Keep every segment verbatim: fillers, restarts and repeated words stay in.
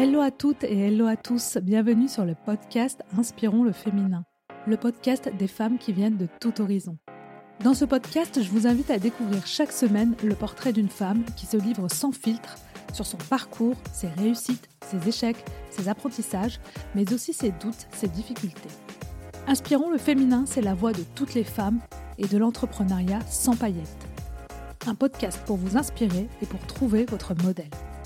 Hello à toutes et hello à tous, bienvenue sur le podcast Inspirons le féminin, le podcast des femmes qui viennent de tout horizon. Dans ce podcast, je vous invite à découvrir chaque semaine le portrait d'une femme qui se livre sans filtre sur son parcours, ses réussites, ses échecs, ses apprentissages, mais aussi ses doutes, ses difficultés. Inspirons le féminin, c'est la voix de toutes les femmes et de l'entrepreneuriat sans paillettes. Un podcast pour vous inspirer et pour trouver votre modèle.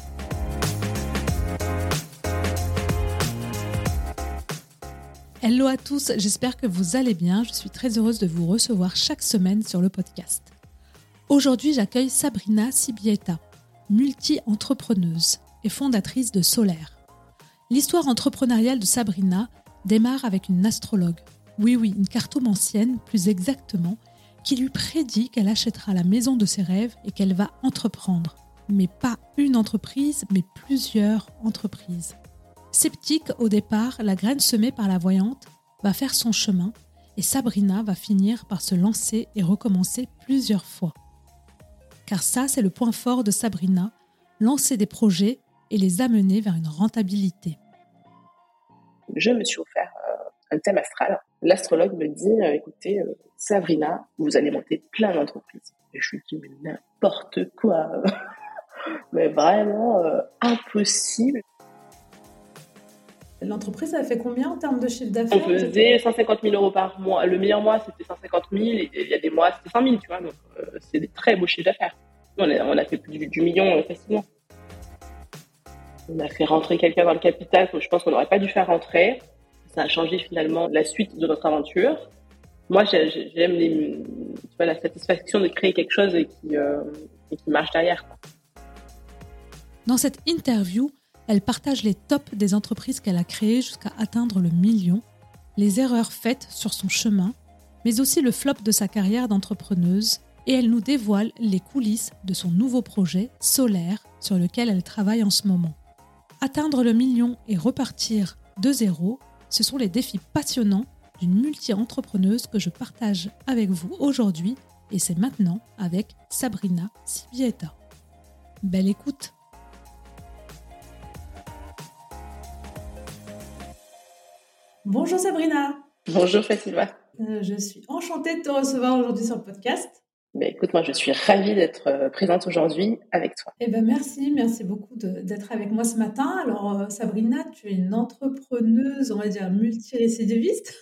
Hello à tous, j'espère que vous allez bien. Je suis très heureuse de vous recevoir chaque semaine sur le podcast. Aujourd'hui, j'accueille Sabrina Sibieta, multi-entrepreneuse et fondatrice de Solaire. L'histoire entrepreneuriale de Sabrina démarre avec une astrologue. Oui, oui, une cartomancienne, plus exactement, qui lui prédit qu'elle achètera la maison de ses rêves et qu'elle va entreprendre. Mais pas une entreprise, mais plusieurs entreprises. Sceptique au départ, la graine semée par la voyante va faire son chemin et Sabrina va finir par se lancer et recommencer plusieurs fois. Car ça, c'est le point fort de Sabrina, lancer des projets et les amener vers une rentabilité. Je me suis offert euh, un thème astral. L'astrologue me dit euh, « Écoutez, euh, Sabrina, vous allez monter plein d'entreprises. » Et je lui dis « Mais n'importe quoi mais vraiment euh, impossible !» L'entreprise, elle fait combien en termes de chiffre d'affaires? On faisait cent cinquante mille euros par mois. Le meilleur mois, c'était cent cinquante mille. Et il y a des mois, c'était cent mille, tu vois. Donc, euh, c'est des très beaux chiffres d'affaires. On a, on a fait plus du, du million euh, facilement. On a fait rentrer quelqu'un dans le capital que je pense qu'on n'aurait pas dû faire rentrer. Ça a changé finalement la suite de notre aventure. Moi, j'aime les, tu vois, la satisfaction de créer quelque chose et qui, euh, et qui marche derrière, quoi. Dans cette interview, elle partage les tops des entreprises qu'elle a créées jusqu'à atteindre le million, les erreurs faites sur son chemin, mais aussi le flop de sa carrière d'entrepreneuse, et elle nous dévoile les coulisses de son nouveau projet, Solaire, sur lequel elle travaille en ce moment. Atteindre le million et repartir de zéro, ce sont les défis passionnants d'une multi-entrepreneuse que je partage avec vous aujourd'hui, et c'est maintenant avec Sabrina Sibieta. Belle écoute! Bonjour Sabrina. Bonjour Fatima. Euh, je suis enchantée de te recevoir aujourd'hui sur le podcast. Ben, écoute, moi je suis ravie d'être euh, présente aujourd'hui avec toi. Eh ben merci, merci beaucoup de, d'être avec moi ce matin. Alors euh, Sabrina, tu es une entrepreneuse, on va dire multirécidiviste.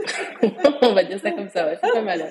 On va dire ça comme ça, ouais, c'est pas mal.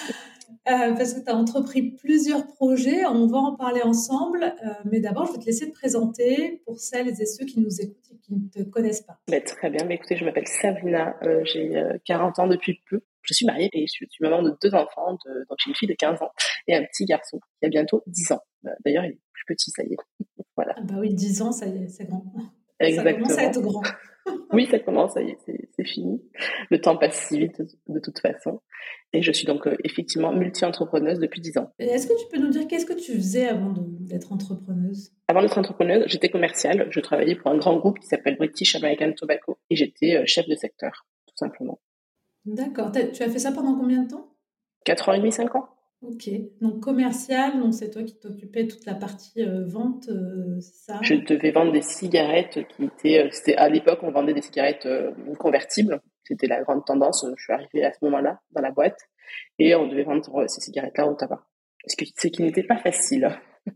Euh, parce que tu as entrepris plusieurs projets, on va en parler ensemble, euh, mais d'abord je vais te laisser te présenter pour celles et ceux qui nous écoutent et qui ne te connaissent pas. Ben, très bien, ben, écoutez, je m'appelle Sabrina, euh, j'ai euh, quarante ans depuis peu, je suis mariée et je suis maman de deux enfants, de, donc j'ai une fille de quinze ans et un petit garçon qui a bientôt dix ans. D'ailleurs, il est plus petit, ça y est. Voilà. Ah bah oui, dix ans, ça y est, c'est grand. Exactement. Ça commence à être grand. Oui, ça commence, ça y est, c'est, c'est fini. Le temps passe si vite de toute façon. Et je suis donc euh, effectivement multi-entrepreneuse depuis dix ans. Est-ce que tu peux nous dire qu'est-ce que tu faisais avant de, d'être entrepreneuse? Avant d'être entrepreneuse, j'étais commerciale. Je travaillais pour un grand groupe qui s'appelle British American Tobacco et j'étais euh, chef de secteur, tout simplement. D'accord. T'as, tu as fait ça pendant combien de temps? Quatre ans et demi, cinq ans. Ok. Donc commercial, donc c'est toi qui t'occupais de toute la partie euh, vente, euh, c'est ça? Je devais vendre des cigarettes qui étaient, euh, c'était à l'époque on vendait des cigarettes euh, convertibles. C'était la grande tendance. Je suis arrivée à ce moment-là dans la boîte et on devait vendre ces cigarettes-là au tabac. Ce qui, ce qui n'était pas facile,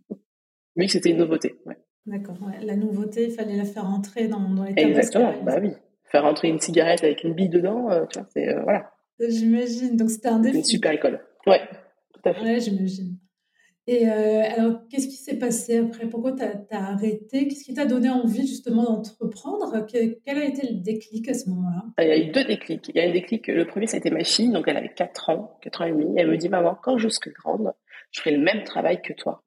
mais que c'était une nouveauté. Ouais. D'accord. Ouais. La nouveauté, il fallait la faire entrer dans, dans les tabacs. Exactement. Bah oui. Faire entrer une cigarette avec une bille dedans, euh, tu vois, c'est euh, voilà. J'imagine. Donc c'était un défi. Une super école. Ouais. Tout à fait. Ouais, j'imagine. Et euh, alors, qu'est-ce qui s'est passé après? Pourquoi tu as arrêté? Qu'est-ce qui t'a donné envie justement d'entreprendre? Quel, quel a été le déclic à ce moment-là? Il y a eu deux déclics. Il y a un déclic, le premier, ça a été ma fille, donc elle avait quatre ans, quatre ans et demi. Elle me dit, maman, quand je serai grande, je ferai le même travail que toi.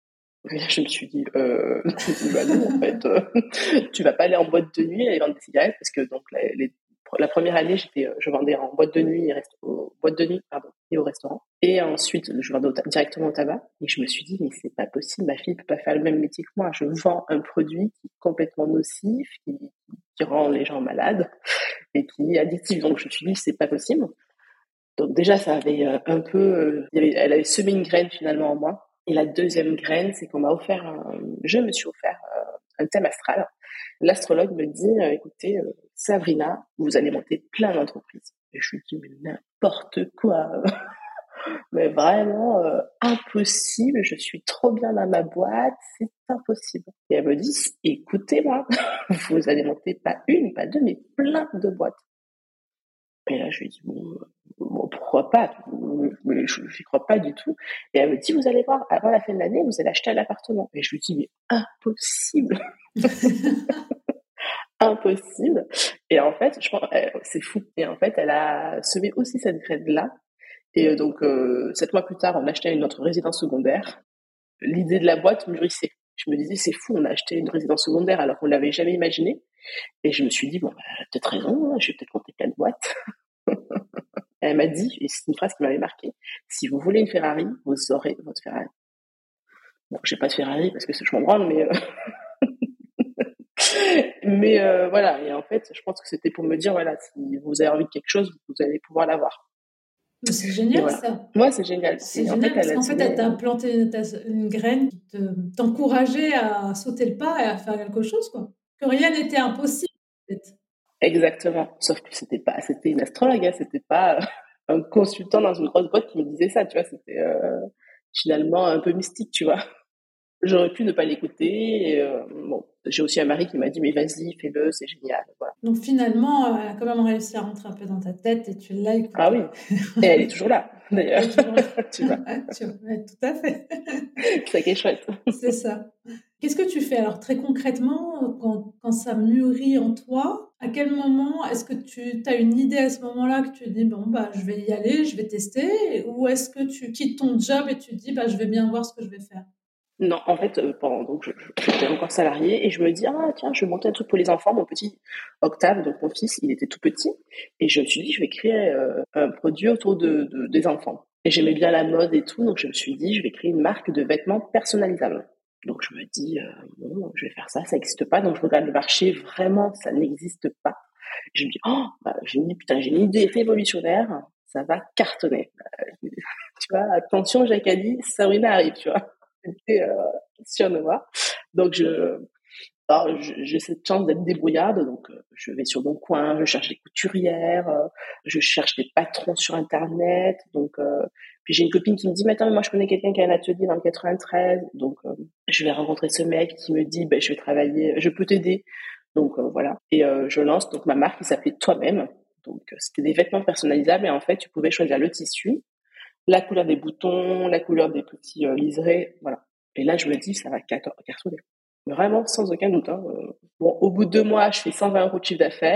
Et là, je me suis dit, euh, bah non, en fait, euh, tu vas pas aller en boîte de nuit et vendre des cigarettes, parce que donc la, les, la première année, j'étais, je vendais en boîte de nuit et resto, au, boîte de nuit, pardon, et au restaurant. Et ensuite, je vendais au, directement au tabac. Et je me suis dit, mais c'est pas possible, ma fille peut pas faire le même métier que moi. Je vends un produit qui est complètement nocif, qui, qui rend les gens malades et qui est addictif. Donc je me suis dit, c'est pas possible. Donc déjà, ça avait un peu, il y avait, elle avait semé une graine finalement en moi. Et la deuxième graine, c'est qu'on m'a offert, un, je me suis offert un thème astral. L'astrologue me dit, euh, écoutez, euh, Sabrina, vous allez monter plein d'entreprises. Et je lui dis, mais n'importe quoi. Mais vraiment euh, impossible, je suis trop bien dans ma boîte, c'est impossible. Et elle me dit, écoutez-moi, vous allez monter pas une, pas deux, mais plein de boîtes. Et là, je lui dis, bon, bon pourquoi pas, mais je n'y crois pas du tout. Et elle me dit, vous allez voir, avant la fin de l'année, vous allez acheter un appartement. Et je lui dis, mais impossible. Impossible. Et en fait, je pense, c'est fou. Et en fait, elle a semé aussi cette graine-là. Et donc, euh, sept mois plus tard, on achetait notre résidence secondaire. L'idée de la boîte mûrissait. Je me disais, c'est fou, on a acheté une résidence secondaire alors qu'on ne l'avait jamais imaginé. Et je me suis dit, bon, bah, elle a peut-être raison, hein, je vais peut-être monter quatre boîtes. Elle m'a dit, et c'est une phrase qui m'avait marqué, si vous voulez une Ferrari, vous aurez votre Ferrari. Bon, j'ai pas de Ferrari parce que je m'en branle, mais... Euh... mais euh, voilà, et en fait, je pense que c'était pour me dire, voilà, si vous avez envie de quelque chose, vous allez pouvoir l'avoir. C'est génial, voilà. ça. Moi, c'est génial. C'est et génial en fait, parce elle qu'en fait, elle t'a planté une, une graine qui te, t'encourageait à sauter le pas et à faire quelque chose, quoi. Que rien n'était impossible, en fait. Exactement. Sauf que c'était pas, c'était une astrologue, hein, c'était pas un consultant dans une grosse boîte qui me disait ça, tu vois. C'était euh, finalement un peu mystique, tu vois. J'aurais pu ne pas l'écouter. Et, euh, bon, j'ai aussi un mari qui m'a dit mais vas-y, fais-le, c'est génial. Voilà. Donc finalement, elle a quand même réussi à rentrer un peu dans ta tête et tu l'as écoutée. Ah oui. Et elle est toujours là, d'ailleurs. Elle est toujours là. tu vois. tu vois, tout à fait. C'est ça qui est chouette. C'est ça. Qu'est-ce que tu fais alors très concrètement quand, quand ça mûrit en toi? À quel moment est-ce que tu as une idée à ce moment-là que tu dis bon bah je vais y aller, je vais tester, ou est-ce que tu quittes ton job et tu te dis bah je vais bien voir ce que je vais faire? Non, en fait, euh, pendant donc je, je, j'étais encore salariée et je me dis ah tiens, je vais monter un truc pour les enfants. Mon petit Octave, donc mon fils, il était tout petit et je me suis dit je vais créer euh, un produit autour de, de des enfants. Et j'aimais bien la mode et tout, donc je me suis dit je vais créer une marque de vêtements personnalisables. Donc je me dis euh, bon, je vais faire ça, ça n'existe pas. Donc je regarde le marché, vraiment ça n'existe pas. Je me dis oh bah, j'ai une putain j'ai une idée révolutionnaire, ça va cartonner. Euh, tu vois, attention Jacali, Sabrina arrive, tu vois. J'étais euh, sûre de moi. Donc, je, alors, j'ai cette chance d'être débrouillarde. Donc, euh, je vais sur mon coin, je cherche des couturières, euh, je cherche des patrons sur Internet. Donc, euh, puis j'ai une copine qui me dit, mais attends, moi, je connais quelqu'un qui a un atelier dans le quatre-vingt-treize. Donc, euh, je vais rencontrer ce mec qui me dit, ben, je vais travailler, je peux t'aider. Donc, euh, voilà. Et euh, je lance donc ma marque qui s'appelait Toi-même. Donc, euh, c'était des vêtements personnalisables et en fait, tu pouvais choisir le tissu, la couleur des boutons, la couleur des petits euh, liserés, voilà. Et là, je me dis, ça va cartonner. Vraiment, sans aucun doute. Hein. Bon, au bout de deux mois, je fais cent vingt euros de chiffre d'affaires.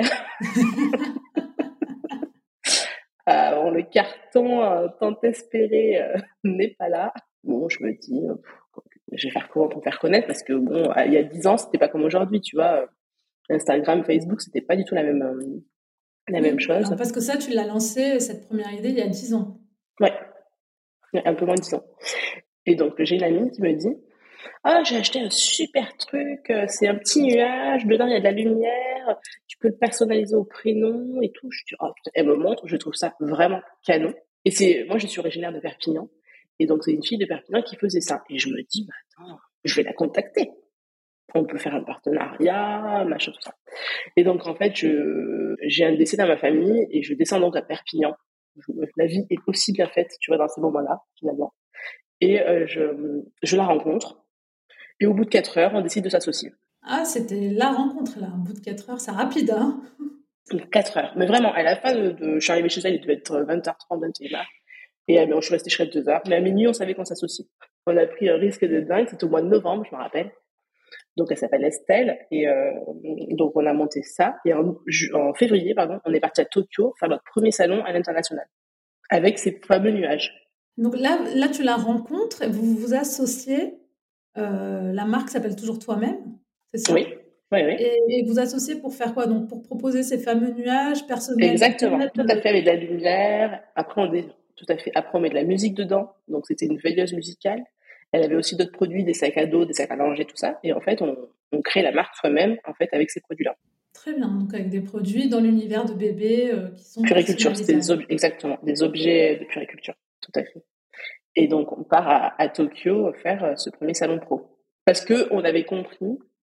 euh, bon, le carton euh, tant espéré euh, n'est pas là. Bon, je me dis, euh, je vais faire comment pour faire connaître parce que bon, il y a dix ans, c'était pas comme aujourd'hui, tu vois. Instagram, Facebook, c'était pas du tout la même euh, la oui, même chose. alors parce que ça, tu l'as lancé cette première idée il y a dix ans. Ouais, un peu moins de dix ans. Et donc j'ai une amie qui me dit, ah, j'ai acheté un super truc, c'est un petit nuage, dedans il y a de la lumière, tu peux le personnaliser au prénom et tout. Je dis, oh, putain. Elle me montre, je trouve ça vraiment canon. Et c'est, moi je suis originaire de Perpignan, et donc c'est une fille de Perpignan qui faisait ça. Et je me dis, bah attends, je vais la contacter. On peut faire un partenariat, machin, tout ça. Et donc en fait, je, j'ai un décès dans ma famille et je descends donc à Perpignan. Je, la vie est aussi bien faite, tu vois, dans ces moments-là, finalement. Et euh, je, je la rencontre. Et au bout de quatre heures, on décide de s'associer. Ah, c'était la rencontre, là. Au bout de quatre heures, c'est rapide, hein? quatre heures. Mais vraiment, à la fin de, de je suis arrivée chez elle, il devait être vingt heures trente, vingt et une heures. Et euh, je suis restée chez elle deux heures. Mais à minuit, on savait qu'on s'associe. On a pris un risque de dingue. C'était au mois de novembre, je me rappelle. Donc, elle s'appelle Estelle. Et euh, donc, on a monté ça. Et en, en février, pardon, on est parti à Tokyo faire notre premier salon à l'international. Avec ces fameux nuages. Donc là, là tu la rencontres et vous vous associez. Euh, la marque s'appelle toujours Toi-même, c'est ça? Oui, oui, oui. Et, et vous associez pour faire quoi? Donc pour proposer ces fameux nuages personnalisés. Exactement, tout à fait, avec de la lumière. Après, on dé... tout à fait. Après, on met de la musique dedans. Donc, c'était une veilleuse musicale. Elle avait aussi d'autres produits, des sacs à dos, des sacs à manger, tout ça. Et en fait, on, on crée la marque soi-même, en fait, avec ces produits-là. Très bien. Donc, avec des produits dans l'univers de bébé euh, qui sont Puriculture, c'était des ob... exactement, des objets de puriculture. Tout à fait. Et donc, on part à, à Tokyo faire ce premier salon pro. Parce que on avait compris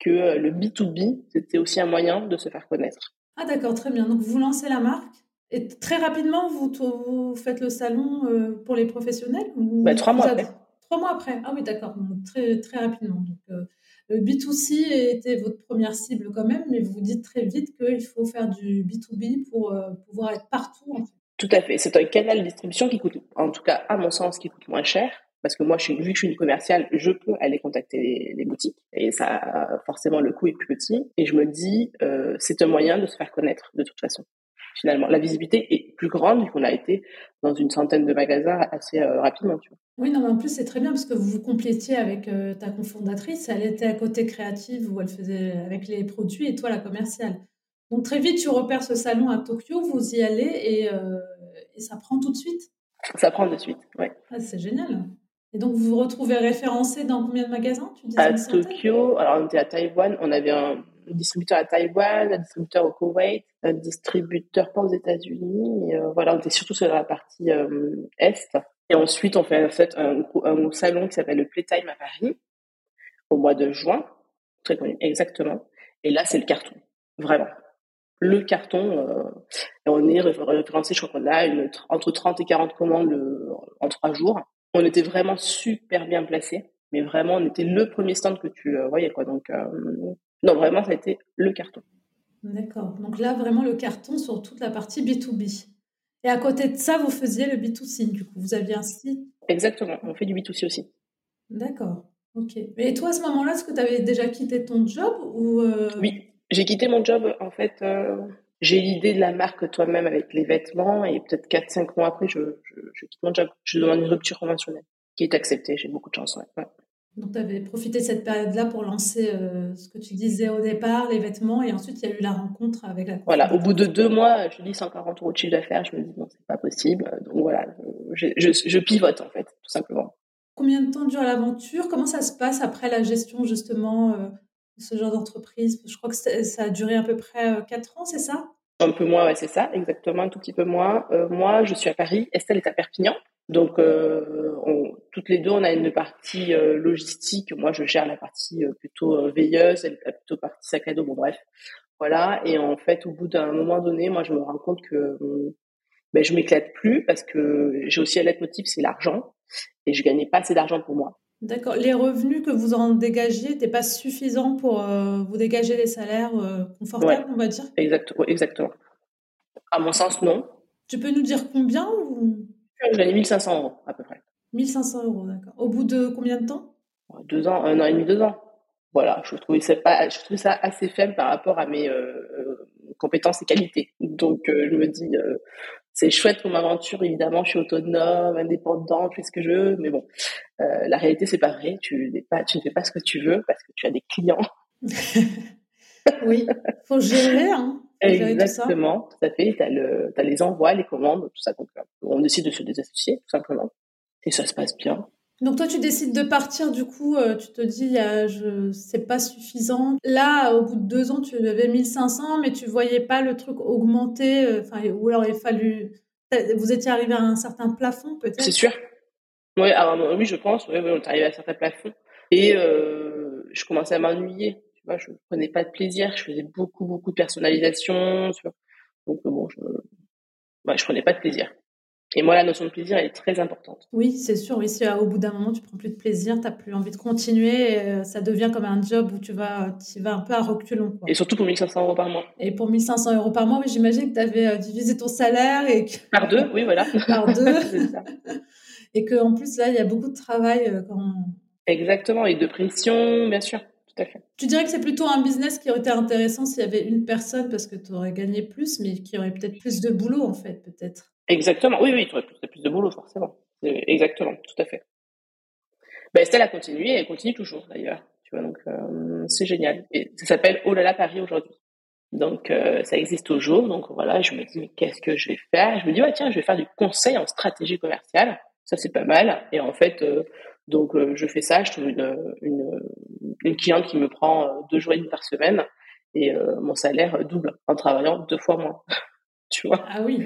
que euh, le B deux B, c'était aussi un moyen de se faire connaître. Ah d'accord, très bien. Donc vous lancez la marque et très rapidement, vous, vous faites le salon euh, pour les professionnels ou Bah, trois vous mois avez... après. Trois mois après. Ah oui, d'accord. Donc très, très rapidement. Donc, euh, le B deux C était votre première cible quand même, mais vous dites très vite qu'il faut faire du B deux B pour euh, pouvoir être partout. En fait. Tout à fait. C'est un canal de distribution qui coûte, en tout cas à mon sens, qui coûte moins cher. Parce que moi, je suis, vu que je suis une commerciale, je peux aller contacter les, les boutiques. Et ça, forcément, le coût est plus petit. Et je me dis, euh, c'est un moyen de se faire connaître de toute façon. Finalement, la visibilité est plus grande vu qu'on a été dans une centaine de magasins assez euh, rapidement. Tu vois. Oui, non, mais en plus, c'est très bien parce que vous vous complétiez avec euh, ta cofondatrice. Elle était à côté créative où elle faisait avec les produits et toi, la commerciale. Donc, très vite, tu repères ce salon à Tokyo, vous y allez et, euh, et ça prend tout de suite. Ça prend de suite, ouais. Ah, c'est génial. Et donc, vous vous retrouvez référencé dans combien de magasins? Tu disais À une centaine? Tokyo, alors on était à Taïwan, on avait un distributeur à Taïwan, un distributeur au Koweït, un distributeur pas aux États-Unis. Et, euh, voilà, on était surtout sur la partie euh, est. Et ensuite, on fait en fait un, un salon qui s'appelle le Playtime à Paris au mois de juin, très connu, exactement. Et là, c'est le carton, vraiment. Le carton, euh, et on est référencé, je crois qu'on a une, entre trente et quarante commandes le, en trois jours. On était vraiment super bien placés, mais vraiment, on était le premier stand que tu euh, voyais, quoi. Donc, euh, non, vraiment, ça a été le carton. D'accord. Donc là, vraiment le carton sur toute la partie B deux B. Et à côté de ça, vous faisiez le B deux C, du coup. Vous aviez un site. Exactement, on fait du B deux C aussi. D'accord. Ok. Et toi, à ce moment-là, est-ce que tu avais déjà quitté ton job ou euh... Oui, j'ai quitté mon job, en fait. Euh, j'ai l'idée de la marque toi-même avec les vêtements et peut-être quatre cinq mois après, je, je, je quitte mon job. Je demande une rupture conventionnelle qui est acceptée. J'ai beaucoup de chance. Ouais. Ouais. Donc, tu avais profité de cette période-là pour lancer euh, ce que tu disais au départ, les vêtements, et ensuite, il y a eu la rencontre avec la Voilà, au bout de cofondatrice. deux mois, je dis cent quarante euros de chiffre d'affaires, je me dis non, c'est pas possible. Donc voilà, je, je, je pivote en fait, tout simplement. Combien de temps dure l'aventure? Comment ça se passe après la gestion, justement, euh, de ce genre d'entreprise? Je crois que ça ça a duré à peu près euh, quatre ans, c'est ça? Un peu moins, ouais, c'est ça, exactement, un tout petit peu moins. Euh, moi, je suis à Paris, Estelle est à Perpignan. Donc, euh, on, toutes les deux, on a une partie euh, logistique. Moi, je gère la partie euh, plutôt euh, veilleuse, elle a plutôt partie sac à dos. Bon, bref, voilà. Et en fait, au bout d'un moment donné, moi, je me rends compte que euh, ben, je m'éclate plus parce que j'ai aussi un leitmotiv, c'est l'argent. Et je gagnais pas assez d'argent pour moi. D'accord. Les revenus que vous en dégagiez n'étaient pas suffisants pour euh, vous dégager les salaires euh, Ouais, confortables, on va dire? exact, ouais, exactement. À mon sens, non. Tu peux nous dire combien ou Je gagnais mille cinq cents euros, à peu près. mille cinq cents euros, d'accord. Au bout de combien de temps? Deux ans, un an et demi, deux ans. Voilà, je trouvais ça pas, je trouvais ça assez faible par rapport à mes euh, euh, compétences et qualités. Donc, euh, je me dis, euh, c'est chouette pour m'aventure, évidemment, je suis autonome, indépendante, je fais ce que je veux, mais bon, euh, la réalité, c'est pas vrai. Tu n'es pas, tu ne fais pas ce que tu veux parce que tu as des clients. Oui, faut gérer, hein. Faut gérer tout ça. Exactement, tout à fait. T'as le, t'as les envois, les commandes, tout ça. Donc, euh, on décide de se désassocier, tout simplement. Et ça se passe bien. Donc toi, tu décides de partir, du coup, euh, tu te dis, euh, je, c'est pas suffisant. Là, au bout de deux ans, tu avais mille cinq cents, mais tu voyais pas le truc augmenter, euh, enfin, ou alors il a fallu, vous étiez arrivé à un certain plafond, C'est peut-être? sûr. Oui, alors, oui, je pense. Oui, oui, on est arrivé à certains plafonds. Et euh, je commençais à m'ennuyer. Tu vois, je prenais pas de plaisir. Je faisais beaucoup, beaucoup de personnalisation. Tu vois. Donc euh, bon, je, ouais, je prenais pas de plaisir. Et moi, la notion de plaisir, elle est très importante. Oui, c'est sûr. Oui, si euh, au bout d'un moment, tu prends plus de plaisir, tu as plus envie de continuer, euh, ça devient comme un job où tu vas, tu vas un peu à reculons, Et quoi. surtout pour mille cinq cents euros par mois. Et pour mille cinq cents euros par mois, oui, j'imagine que tu avais euh, divisé ton salaire et que, Par deux, oui, voilà. par deux, C'est ça. et que en plus là, il y a beaucoup de travail. euh, quand... Exactement. Et de pression, bien sûr. Tout à fait. Tu dirais que c'est plutôt un business qui aurait été intéressant s'il y avait une personne parce que tu aurais gagné plus, mais qui aurait peut-être plus de boulot en fait, peut-être. Exactement. Oui, oui, tu aurais plus, plus de boulot, forcément. Exactement. Tout à fait. Ben, Estelle a continué et elle continue toujours, d'ailleurs. Tu vois, donc, euh, c'est génial. Et ça s'appelle Oh là là Paris aujourd'hui. Donc, euh, ça existe toujours. Donc, voilà, je me dis, mais qu'est-ce que je vais faire? Je me dis, ouais, tiens, je vais faire du conseil en stratégie commerciale. Ça, c'est pas mal. Et en fait, euh, donc, euh, je fais ça. Je trouve une, une, une cliente qui me prend euh, deux jours et demi par semaine. Et euh, mon salaire double en travaillant deux fois moins. Tu vois, Ah oui.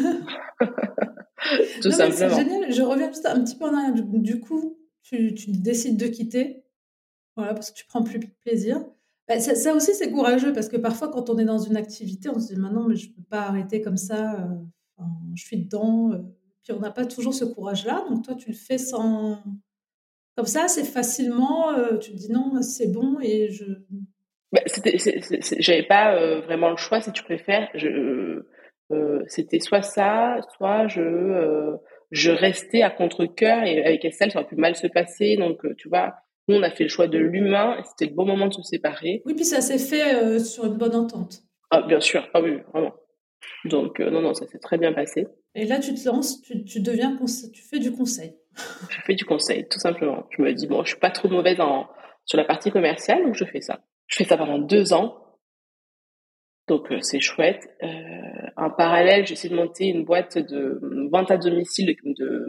tout Non mais c'est simplement. génial. Je reviens juste un petit peu en arrière. Du, du coup, tu, tu décides de quitter, voilà, parce que tu prends plus de plaisir. Bah, ça ça aussi, c'est courageux parce que parfois, quand on est dans une activité, on se dit: «Mais non, mais je peux pas arrêter comme ça, heu, enfin, je suis dedans», heu, puis on n'a pas toujours ce courage-là. Donc toi, tu le fais sans comme ça, assez facilement, heu, tu te dis: «Non, c'est bon et je». Bah, c'était c'est c'est c'est j'avais pas, heu, vraiment le choix si tu préfères. Je, heu, c'était soit ça, soit je, heu, je restais à contre-cœur et avec Estelle, ça aurait pu mal se passer donc heu, tu vois? Nous, on a fait le choix de l'humain et c'était le bon moment de se séparer. Oui, puis ça s'est fait, heu, sur une bonne entente Ah bien sûr, ah oui, oui, vraiment. Donc heu, non, non, ça s'est très bien passé. et là, tu te lances, tu tu deviens conse tu fais du conseil. Je fais du conseil, tout simplement. Je me dis: «Bon, je suis pas trop mauvaise en sur la partie commerciale, donc je fais ça». Je fais ça pendant deux ans. Donc euh, c'est chouette. Euh, en parallèle, j'essaie de monter une boîte de vente à domicile de, de,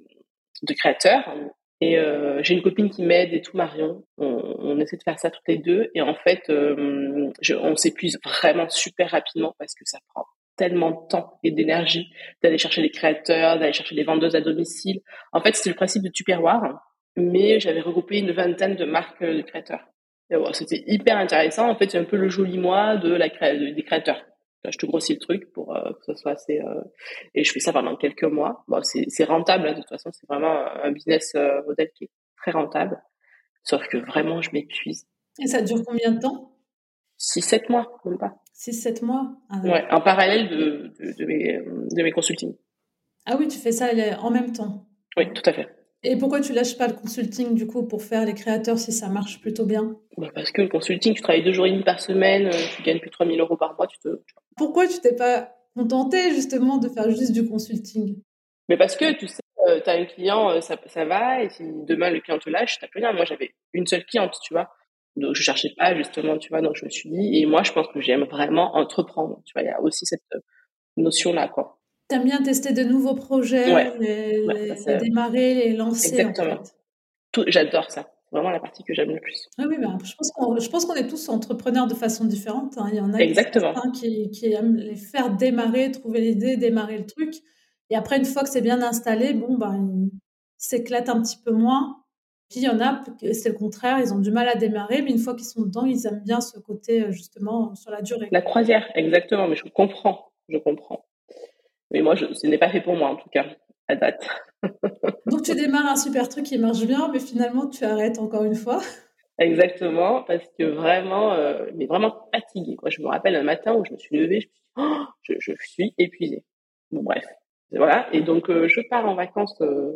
de créateurs. Et euh, j'ai une copine qui m'aide et tout, Marion. On, on essaie de faire ça toutes les deux. Et en fait, euh, je, on s'épuise vraiment super rapidement parce que ça prend tellement de temps et d'énergie d'aller chercher les créateurs, d'aller chercher les vendeuses à domicile. En fait, c'est le principe de Tupperware, mais j'avais regroupé une vingtaine de marques de créateurs. Et ouais, c'était hyper intéressant. En fait, c'est un peu le joli moi de la cré... des créateurs. Je te grossis le truc pour euh, que ce soit assez. Euh... Et je fais ça pendant quelques mois. Bon, c'est, c'est rentable, hein, de toute façon, c'est vraiment un business euh, modèle qui est très rentable. Sauf que vraiment, je m'épuise. Et ça dure combien de temps? Six, sept mois, même pas. Six, sept mois? Ah Ouais, en parallèle de, de, de mes, de mes consultings. ah oui, tu fais ça les en même temps? Oui, tout à fait. Et pourquoi tu lâches pas le consulting, du coup, pour faire les créateurs si ça marche plutôt bien? Bah, parce que le consulting, tu travailles deux jours et demi par semaine, euh, tu gagnes plus de trois mille euros par mois, tu te. Pourquoi tu t'es pas contenté justement de faire juste du consulting? Mais parce que tu sais, euh, tu as un client, euh, ça, ça va, et si demain le client te lâche, t'as plus rien. Moi, j'avais une seule cliente, tu vois. Donc, je cherchais pas, justement, tu vois. Donc, je me suis dit, et moi, je pense que j'aime vraiment entreprendre. Tu vois, il y a aussi cette euh, notion-là, quoi. T'aimes bien tester de nouveaux projets, Ouais, les ouais, ça, les les c'est démarrer, les lancer, en exactement. fait? Tout, j'adore ça. C'est vraiment la partie que j'aime le plus. Oui, oui, bah, je pense qu'on je pense qu'on est tous entrepreneurs de façon différente, hein. Il y en a qui Exactement. certains qui qui aiment les faire démarrer, trouver l'idée, démarrer le truc et après une fois que c'est bien installé, bon, ben, ils s'éclatent un petit peu moins. Puis il y en a que c'est le contraire, ils ont du mal à démarrer, mais une fois qu'ils sont dedans, ils aiment bien ce côté, heu, justement, sur la durée. La croisière, exactement. Mais je comprends, je comprends. Mais moi, je, ce n'est pas fait pour moi, en tout cas, à date. Donc tu démarres un super truc qui marche bien, mais finalement tu arrêtes encore une fois. Exactement, parce que vraiment, euh, mais vraiment fatiguée, quoi. Je me rappelle un matin où je me suis levée, je me suis dit, oh, je, je suis épuisée. Bon, bref. Voilà. Et donc, euh, je pars en vacances euh,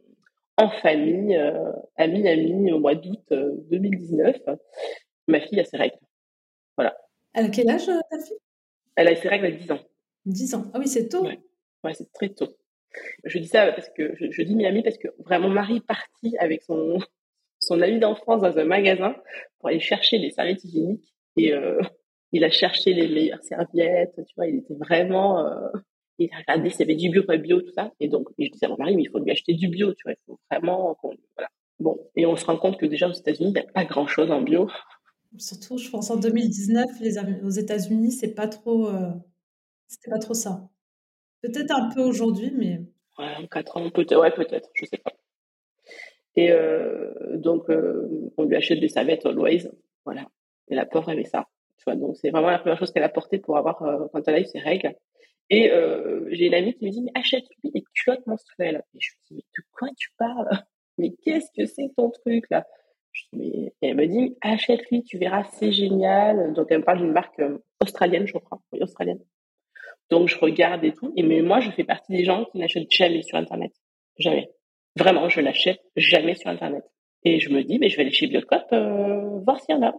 en famille euh, à Miami au mois d'août euh, deux mille dix-neuf. Ma fille a ses règles. Voilà. Elle a quel âge, heu, ta fille? Elle a ses règles à dix ans. dix ans. Ah oui, c'est Ouais. tôt. Ouais, c'est très tôt. Je dis ça parce que je, je dis Miami parce que vraiment, mon mari est parti avec son, son ami d'enfance dans un magasin pour aller chercher les serviettes hygiéniques et euh, il a cherché les meilleures serviettes, tu vois, il était vraiment euh, il a regardé s'il y avait du bio, pas bio, tout ça. Et donc, et je disais à mon mari, mais il faut lui acheter du bio, tu vois, il faut vraiment qu'on, voilà. Bon, et on se rend compte que déjà aux États-Unis, il n'y a pas grand-chose en bio. Surtout, je pense en deux mille dix-neuf, les Am aux États-Unis, c'est pas trop, heu, c'était pas trop ça. Peut-être un peu aujourd'hui, mais Ouais, en quatre ans, peut-être, ouais, peut-être, je sais pas. Et euh, donc, euh, on lui achète des serviettes Always, voilà. Et la pauvre aimait ça, tu vois. Donc, c'est vraiment la première chose qu'elle a portée pour avoir, euh, quand elle a eu ses règles. Et euh, j'ai une amie qui me dit, mais achète-lui des culottes menstruelles. Et je me dis, mais de quoi tu parles? Mais qu'est-ce que c'est que ton truc, là? Je dis, mais... Et elle me dit, achète-lui, tu verras, c'est génial. Donc, elle me parle d'une marque euh, australienne, je crois. Oui, australienne. Donc, je regarde et tout. Et mais moi, je fais partie des gens qui n'achètent jamais sur Internet. Jamais. Vraiment, je n'achète jamais sur Internet. Et je me dis, mais je vais aller chez Biocop, euh, voir s'il y en a.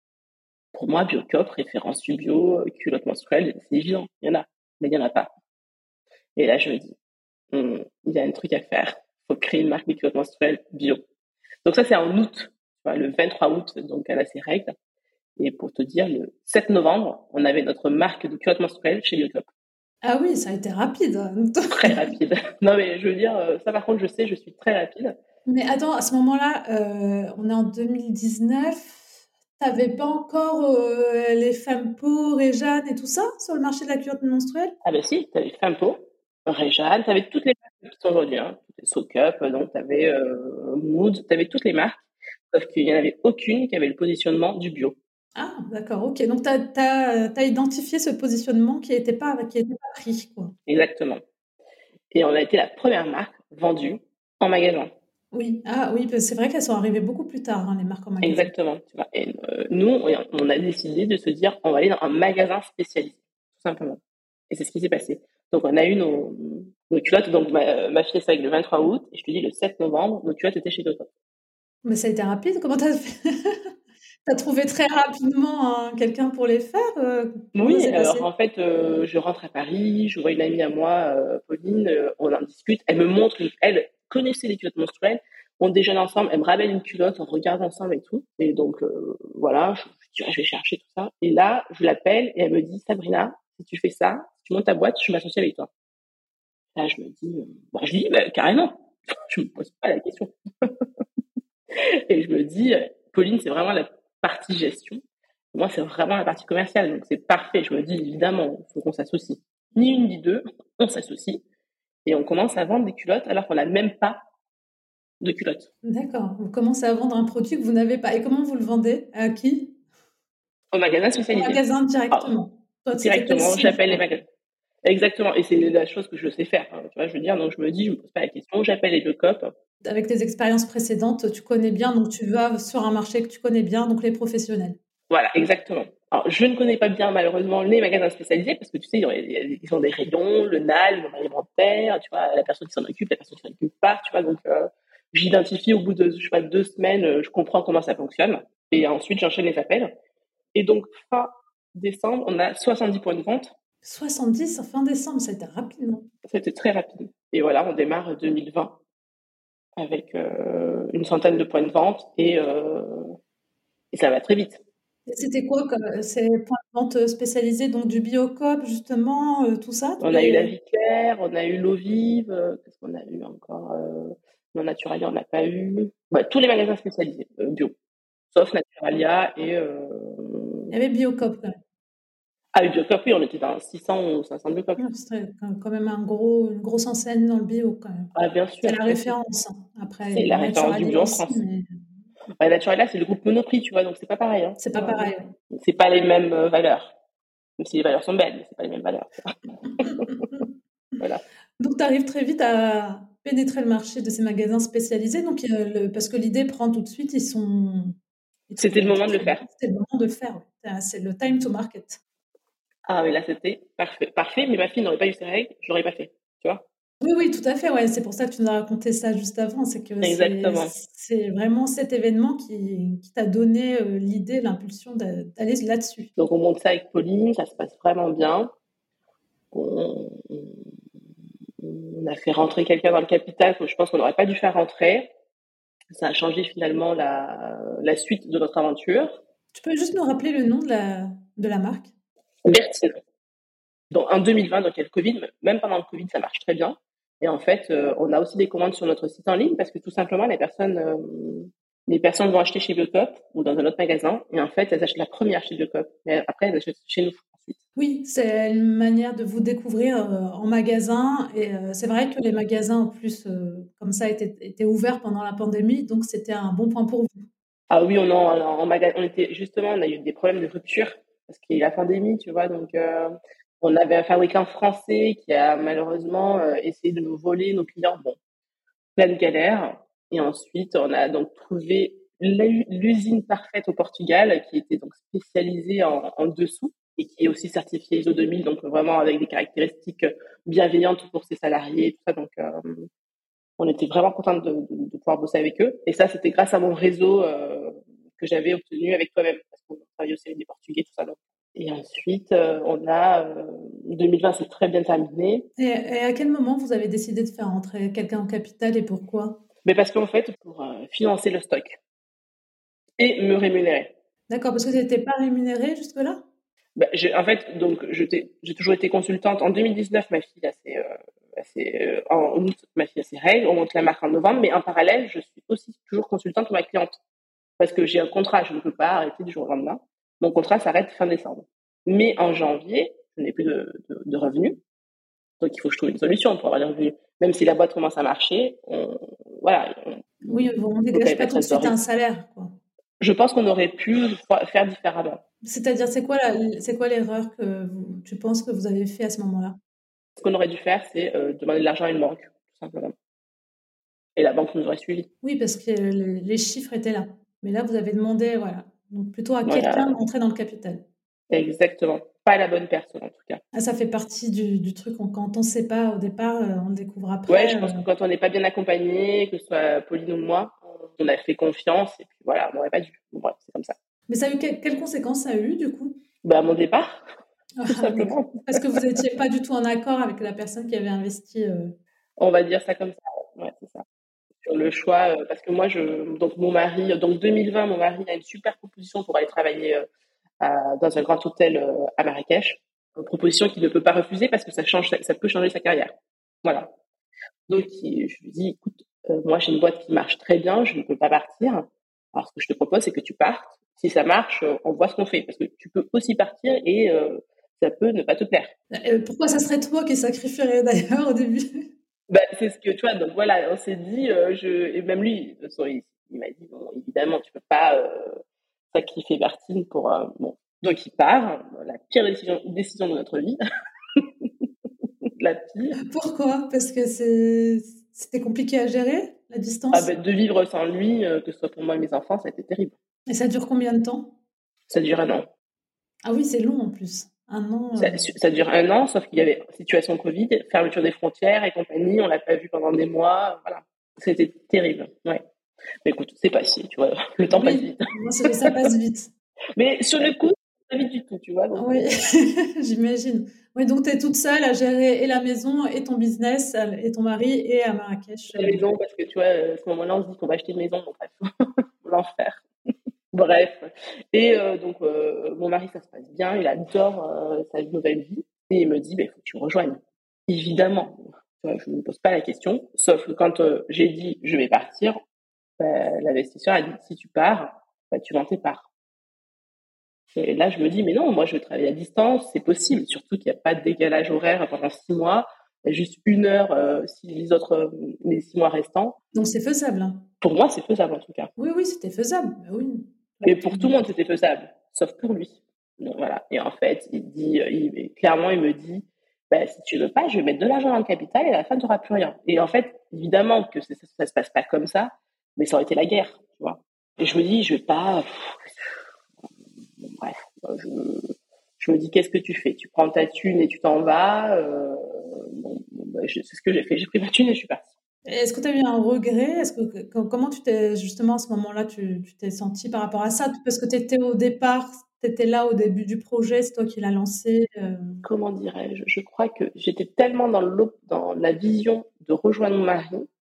Pour moi, Biocop, référence du bio, euh, culotte menstruelle, c'est évident, il y en a. Mais il n'y en a pas. Et là, je me dis, hum, il y a un truc à faire. Il faut créer une marque de culotte menstruelle bio. Donc ça, c'est en août, le vingt-trois août, donc elle a ses règles. Et pour te dire, le sept novembre, on avait notre marque de culotte menstruelle chez Biocop. ah oui, ça a été rapide. Très rapide. Non, mais je veux dire, euh, ça par contre, je sais, je suis très rapide. Mais attends, à ce moment-là, heu, on est en deux mille dix-neuf, tu avais pas encore, heu, les Fempo, Réjeanne et tout ça sur le marché de la culotte menstruelle? Ah ben si, tu avais Fempo, Réjeanne, tu avais toutes les marques qui sont aujourd'hui, hein. Soak Up, donc tu avais euh, Mood, tu avais toutes les marques, sauf qu'il n'y en avait aucune qui avait le positionnement du bio. Ah d'accord, OK. Donc tu as tu as tu as identifié ce positionnement qui était pas qui était pas pris, quoi. Exactement. Et on a été la première marque vendue en magasin. Oui. Ah oui, parce c'est vrai qu'elles sont arrivées beaucoup plus tard, hein, les marques en magasin. Exactement, tu vois? Et heu, nous, on on a décidé de se dire: «On va aller dans un magasin spécialisé», tout simplement. Et c'est ce qui s'est passé. Donc on a eu nos nos culottes, donc ma ma fille est avec le vingt-trois août et je te dis le sept novembre, nos culottes étaient chez Toto. Mais ça a été rapide, comment tu as fait? Tu as trouvé très rapidement un quelqu'un pour les faire, heu, comment ça Oui, s'est alors passé? en fait, heu, je rentre à Paris, je vois une amie à moi, heu, Pauline, heu, on en discute. Elle me montre elle connaissait les culottes menstruelles. On déjeune ensemble, elle me ramène une culotte, on regarde ensemble et tout. Et donc, heu, voilà, je je dis: «Ouais, je vais chercher tout ça» et là, je l'appelle et elle me dit: «Sabrina, si tu fais ça, si tu montes ta boîte, je m'associe avec toi». Là, je me dis, heu, bah, je lui dis: «Bah, carrément!» Je me pose pas la question. Et je me dis, heu, Pauline, c'est vraiment la partie gestion. Moi, c'est vraiment la partie commerciale, donc c'est parfait. Je me dis: «Évidemment, il faut qu'on s'associe». Ni une ni deux, on s'associe et on commence à vendre des culottes alors qu'on n'a même pas de culottes. D'accord, vous commencez à vendre un produit que vous n'avez pas et comment vous le vendez? À qui? Au magasin Au spécialisé. magasin Ah, directement? Toi, c'était quelle directement, cible, j'appelle les quoi? magasins. Exactement, et c'est la chose que je sais faire, hein, tu vois? Je veux dire, donc je me dis: «Je me pose pas la question», j'appelle les deux copes. Avec tes expériences précédentes, tu connais bien, donc tu vas sur un marché que tu connais bien, donc les professionnels. Voilà, exactement. Alors, je ne connais pas bien, malheureusement, les magasins spécialisés parce que tu sais, il y a- il y a- ils ont des rayons, le N A L, le nom alimentaire, tu vois, la personne qui s'en occupe, la personne qui s'en occupe pas, tu vois. Donc, euh, j'identifie au bout de, je sais pas, deux semaines, euh, je comprends comment ça fonctionne. Et ensuite, j'enchaîne les appels. Et donc, fin décembre, on a soixante-dix points de vente. soixante-dix fin décembre, ça a été rapide, non? C'était très rapide. Et voilà, on démarre deux mille vingt avec euh, une centaine de points de vente et, euh, et ça va très vite. Et c'était quoi comme, heu, ces points de vente, heu, spécialisés, donc du Biocoop justement, heu, tout ça? Tous On a eu la les vie claire, on a eu l'eau vive, euh, qu'est-ce qu'on a eu encore euh, Non, Naturalia, on n'a pas eu. Ouais, tous les magasins spécialisés euh, bio, sauf Naturalia et. Euh... il y avait Biocoop quand même. Ah, le Biocop, oui, on était dans six cents ou cinq cents Biocop. Ouais, c'est quand quand même un gros une grosse enseigne dans le bio quand même. Ah, bien C'est sûr, la bien sûr. référence, hein. Après, C'est il y la a référence du Naturalia bio en aussi, France. mais Ouais, Naturalia, c'est le groupe Monoprix, tu vois, donc c'est pas pareil. Hein. c'est C'est pas pas, pareil, c'est pas les mêmes euh, valeurs. Même si les valeurs sont belles, mais c'est pas les mêmes valeurs. ouais. Voilà. Donc tu arrives très vite à pénétrer le marché de ces magasins spécialisés, donc heu, le parce que l'idée prend tout de suite, ils sont ils sont C'était le moment de le très bien, faire. c'est le moment de faire, ouais. Heu, c'est le time to market. Ah, mais là, c'était parfait. Parfait, mais ma fille n'aurait pas eu ses règles, je l'aurais pas fait. Tu vois? Oui, oui, tout à fait, ouais, c'est pour ça que tu nous as raconté ça juste avant, c'est que c'est Exactement. c'est vraiment cet événement qui qui t'a donné, heu, l'idée, l'impulsion de d'aller là-dessus. Donc on monte ça avec Pauline, ça se passe vraiment bien. On, on a fait rentrer quelqu'un dans le capital que je pense qu'on n'aurait pas dû faire rentrer. Ça a changé finalement la, la suite de notre aventure. Tu peux juste nous rappeler le nom de la de la marque? Bertine. Donc en deux mille vingt, donc il y a le Covid, même pendant le Covid, ça marche très bien. Et en fait, euh, on a aussi des commandes sur notre site en ligne parce que tout simplement, les personnes, euh, les personnes vont acheter chez Biocop ou dans un autre magasin et en fait, elles achètent la première chez Biocop. Mais après, elles achètent chez nous ensuite. Oui, c'est une manière de vous découvrir, heu, en magasin et heu, c'est vrai que les magasins en plus, heu, comme ça étaient étaient ouverts pendant la pandémie, donc c'était un bon point pour vous. Ah oui, on, en, en magasin, on était justement, on a eu des problèmes de rupture parce qu'il y a eu la pandémie, tu vois. Donc, euh, on avait un fabricant français qui a malheureusement euh, essayé de nous voler nos clients. Bon, plein de galères. Et ensuite, on a donc trouvé l'usine parfaite au Portugal qui était donc spécialisée en, en dessous et qui est aussi certifiée I S O deux mille, donc vraiment avec des caractéristiques bienveillantes pour ses salariés et tout ça. Donc, euh, on était vraiment contente de, de, de pouvoir bosser avec eux. Et ça, c'était grâce à mon réseau euh, que j'avais obtenu avec toi-même, parce qu'on travaille aussi avec des Portugais, tout ça. Donc. Et ensuite, euh, on a euh, deux mille vingt, c'est très bien terminé. Et et à quel moment vous avez décidé de faire entrer quelqu'un en capital et pourquoi? Mais parce qu'en fait, pour euh, financer le stock et me rémunérer. D'accord, parce que tu étais pas rémunérée jusque-là? Bah, j'ai, en fait, donc, je t'ai- j'ai toujours été consultante. En deux mille dix-neuf, ma fille a ses, euh, a ses, euh, en août, ma fille a ses règles. On monte la marque en novembre, mais en parallèle, je suis aussi toujours consultante pour ma cliente. Parce que j'ai un contrat, je ne peux pas arrêter du jour au lendemain. Mon contrat s'arrête fin décembre. Mais en janvier, je n'ai plus de, de, de revenus. Donc, il faut que je trouve une solution pour avoir des revenus. Même si la boîte commence à marcher, on, voilà, on, Oui, on il faut quand dégage même pas la tout de suite trésorerie. un salaire, quoi. Je pense qu'on aurait pu faire différemment. C'est-à-dire, c'est quoi, la, c'est quoi l'erreur que vous, tu penses que vous avez fait à ce moment-là? Ce qu'on aurait dû faire, c'est euh, demander de l'argent à une banque, tout simplement. Et la banque nous aurait suivis. Oui, parce que les, les chiffres étaient là. Mais là, vous avez demandé, voilà. Donc, plutôt à quelqu'un Voilà, d'entrer dans le capital. exactement. Pas la bonne personne, en tout cas. Ah, ça fait partie du, du truc. On- quand on ne sait pas au départ, euh, on le découvre Ouais, après. je euh. pense que quand on n'est pas bien accompagné, que ce soit Pauline ou moi, on a fait confiance et puis voilà, on n'aurait pas dû. Bon, bref, c'est comme ça. Mais ça a eu quelles quelles conséquences ça a eu, du coup? Bah, mon départ, tout Ah, donc, simplement. parce que vous n'étiez pas du tout en accord avec la personne qui avait investi. euh. On va dire ça comme ça. Ouais, c'est ça. Sur le choix, euh, parce que moi, je, donc mon mari, donc deux mille vingt, mon mari a une super proposition pour aller travailler euh, à- dans un grand hôtel euh, à Marrakech. Une proposition qu'il ne peut pas refuser parce que ça change, ça peut changer sa carrière. Voilà. Donc, il- je lui dis, écoute, euh, moi, j'ai une boîte qui marche très bien, je ne peux pas partir. Alors, ce que je te propose, c'est que tu partes. Si ça marche, euh, on voit ce qu'on fait. Parce que tu peux aussi partir et euh, ça peut ne pas te plaire. Euh, pourquoi ça serait toi qui sacrifierais d'ailleurs au début? Bah, c'est ce que tu vois. Donc voilà, on s'est dit, euh, je et même lui, de toute façon, il, il m'a dit, bon, évidemment, tu peux pas euh, sacrifier Bertine pour euh, bon. Donc il part, la pire décision, décision de notre vie, la pire. Pourquoi? Parce que c'est, c'était compliqué à gérer, la Ah distance. ben, de vivre sans lui, euh, que ce soit pour moi et mes enfants, ça a été terrible. Et ça dure combien de temps? Ça dure un an. Ah oui, c'est long en plus. Un an. Ça, euh. ça dure un an, sauf qu'il y avait situation Covid, fermeture des frontières et compagnie, on l'a pas vu pendant des mois, voilà. C'était terrible, ouais. Mais écoute, c'est passé, tu vois, le temps passe Oui, vite. moi, ça, ça passe vite. Mais sur le coup, pas vite du tout, tu vois. Donc, Oui, euh, j'imagine. Oui, donc tu es toute seule à gérer et la maison et ton business et ton mari et à Marrakech. la euh. maison, parce que tu vois, à ce moment-là, on se dit qu'on va acheter une maison, donc bref, l'enfer. Bref. Et euh, donc, euh, mon mari, ça se passe bien, il adore euh, sa nouvelle vie. Et il me dit, il bah, faut que tu me rejoignes. Évidemment, tu vois, je ne me pose pas la question, sauf que quand euh, j'ai dit, je vais partir, bah, l'investisseur a dit, si tu pars, bah, tu vends tes parts. Et là, je me dis, mais non, moi, je veux travailler à distance, c'est possible, surtout qu'il n'y a pas de décalage horaire pendant six mois, il y a juste une heure, euh, si les autres, euh, les six mois restants. Donc c'est faisable, hein. Pour moi, c'est faisable, en tout cas. Oui, oui, c'était faisable. Bah oui. Et pour tout le monde, c'était faisable, sauf pour lui. Donc, voilà. Et en fait, il dit, euh, il, clairement, il me dit, bah, si tu veux pas, je vais mettre de l'argent dans le capital et à la fin, tu n'auras plus rien. Et en fait, évidemment que ça, ça, se passe pas comme ça, mais ça aurait été la guerre, tu vois. Et je me dis, je vais pas, bon, bref, je, je me dis, qu'est-ce que tu fais? Tu prends ta thune et tu t'en vas. Euh, bon, bah, c'est ce que j'ai fait. J'ai pris ma thune et je suis partie. Est-ce que tu as eu un regret? Est-ce que, comment tu t'es, justement, à ce moment-là, tu, tu t'es senti par rapport à ça? Parce que tu étais au départ, tu étais là au début du projet, c'est toi qui l'as lancé. euh. Comment dirais-je? Je crois que j'étais tellement dans, dans la vision de rejoindre mon mari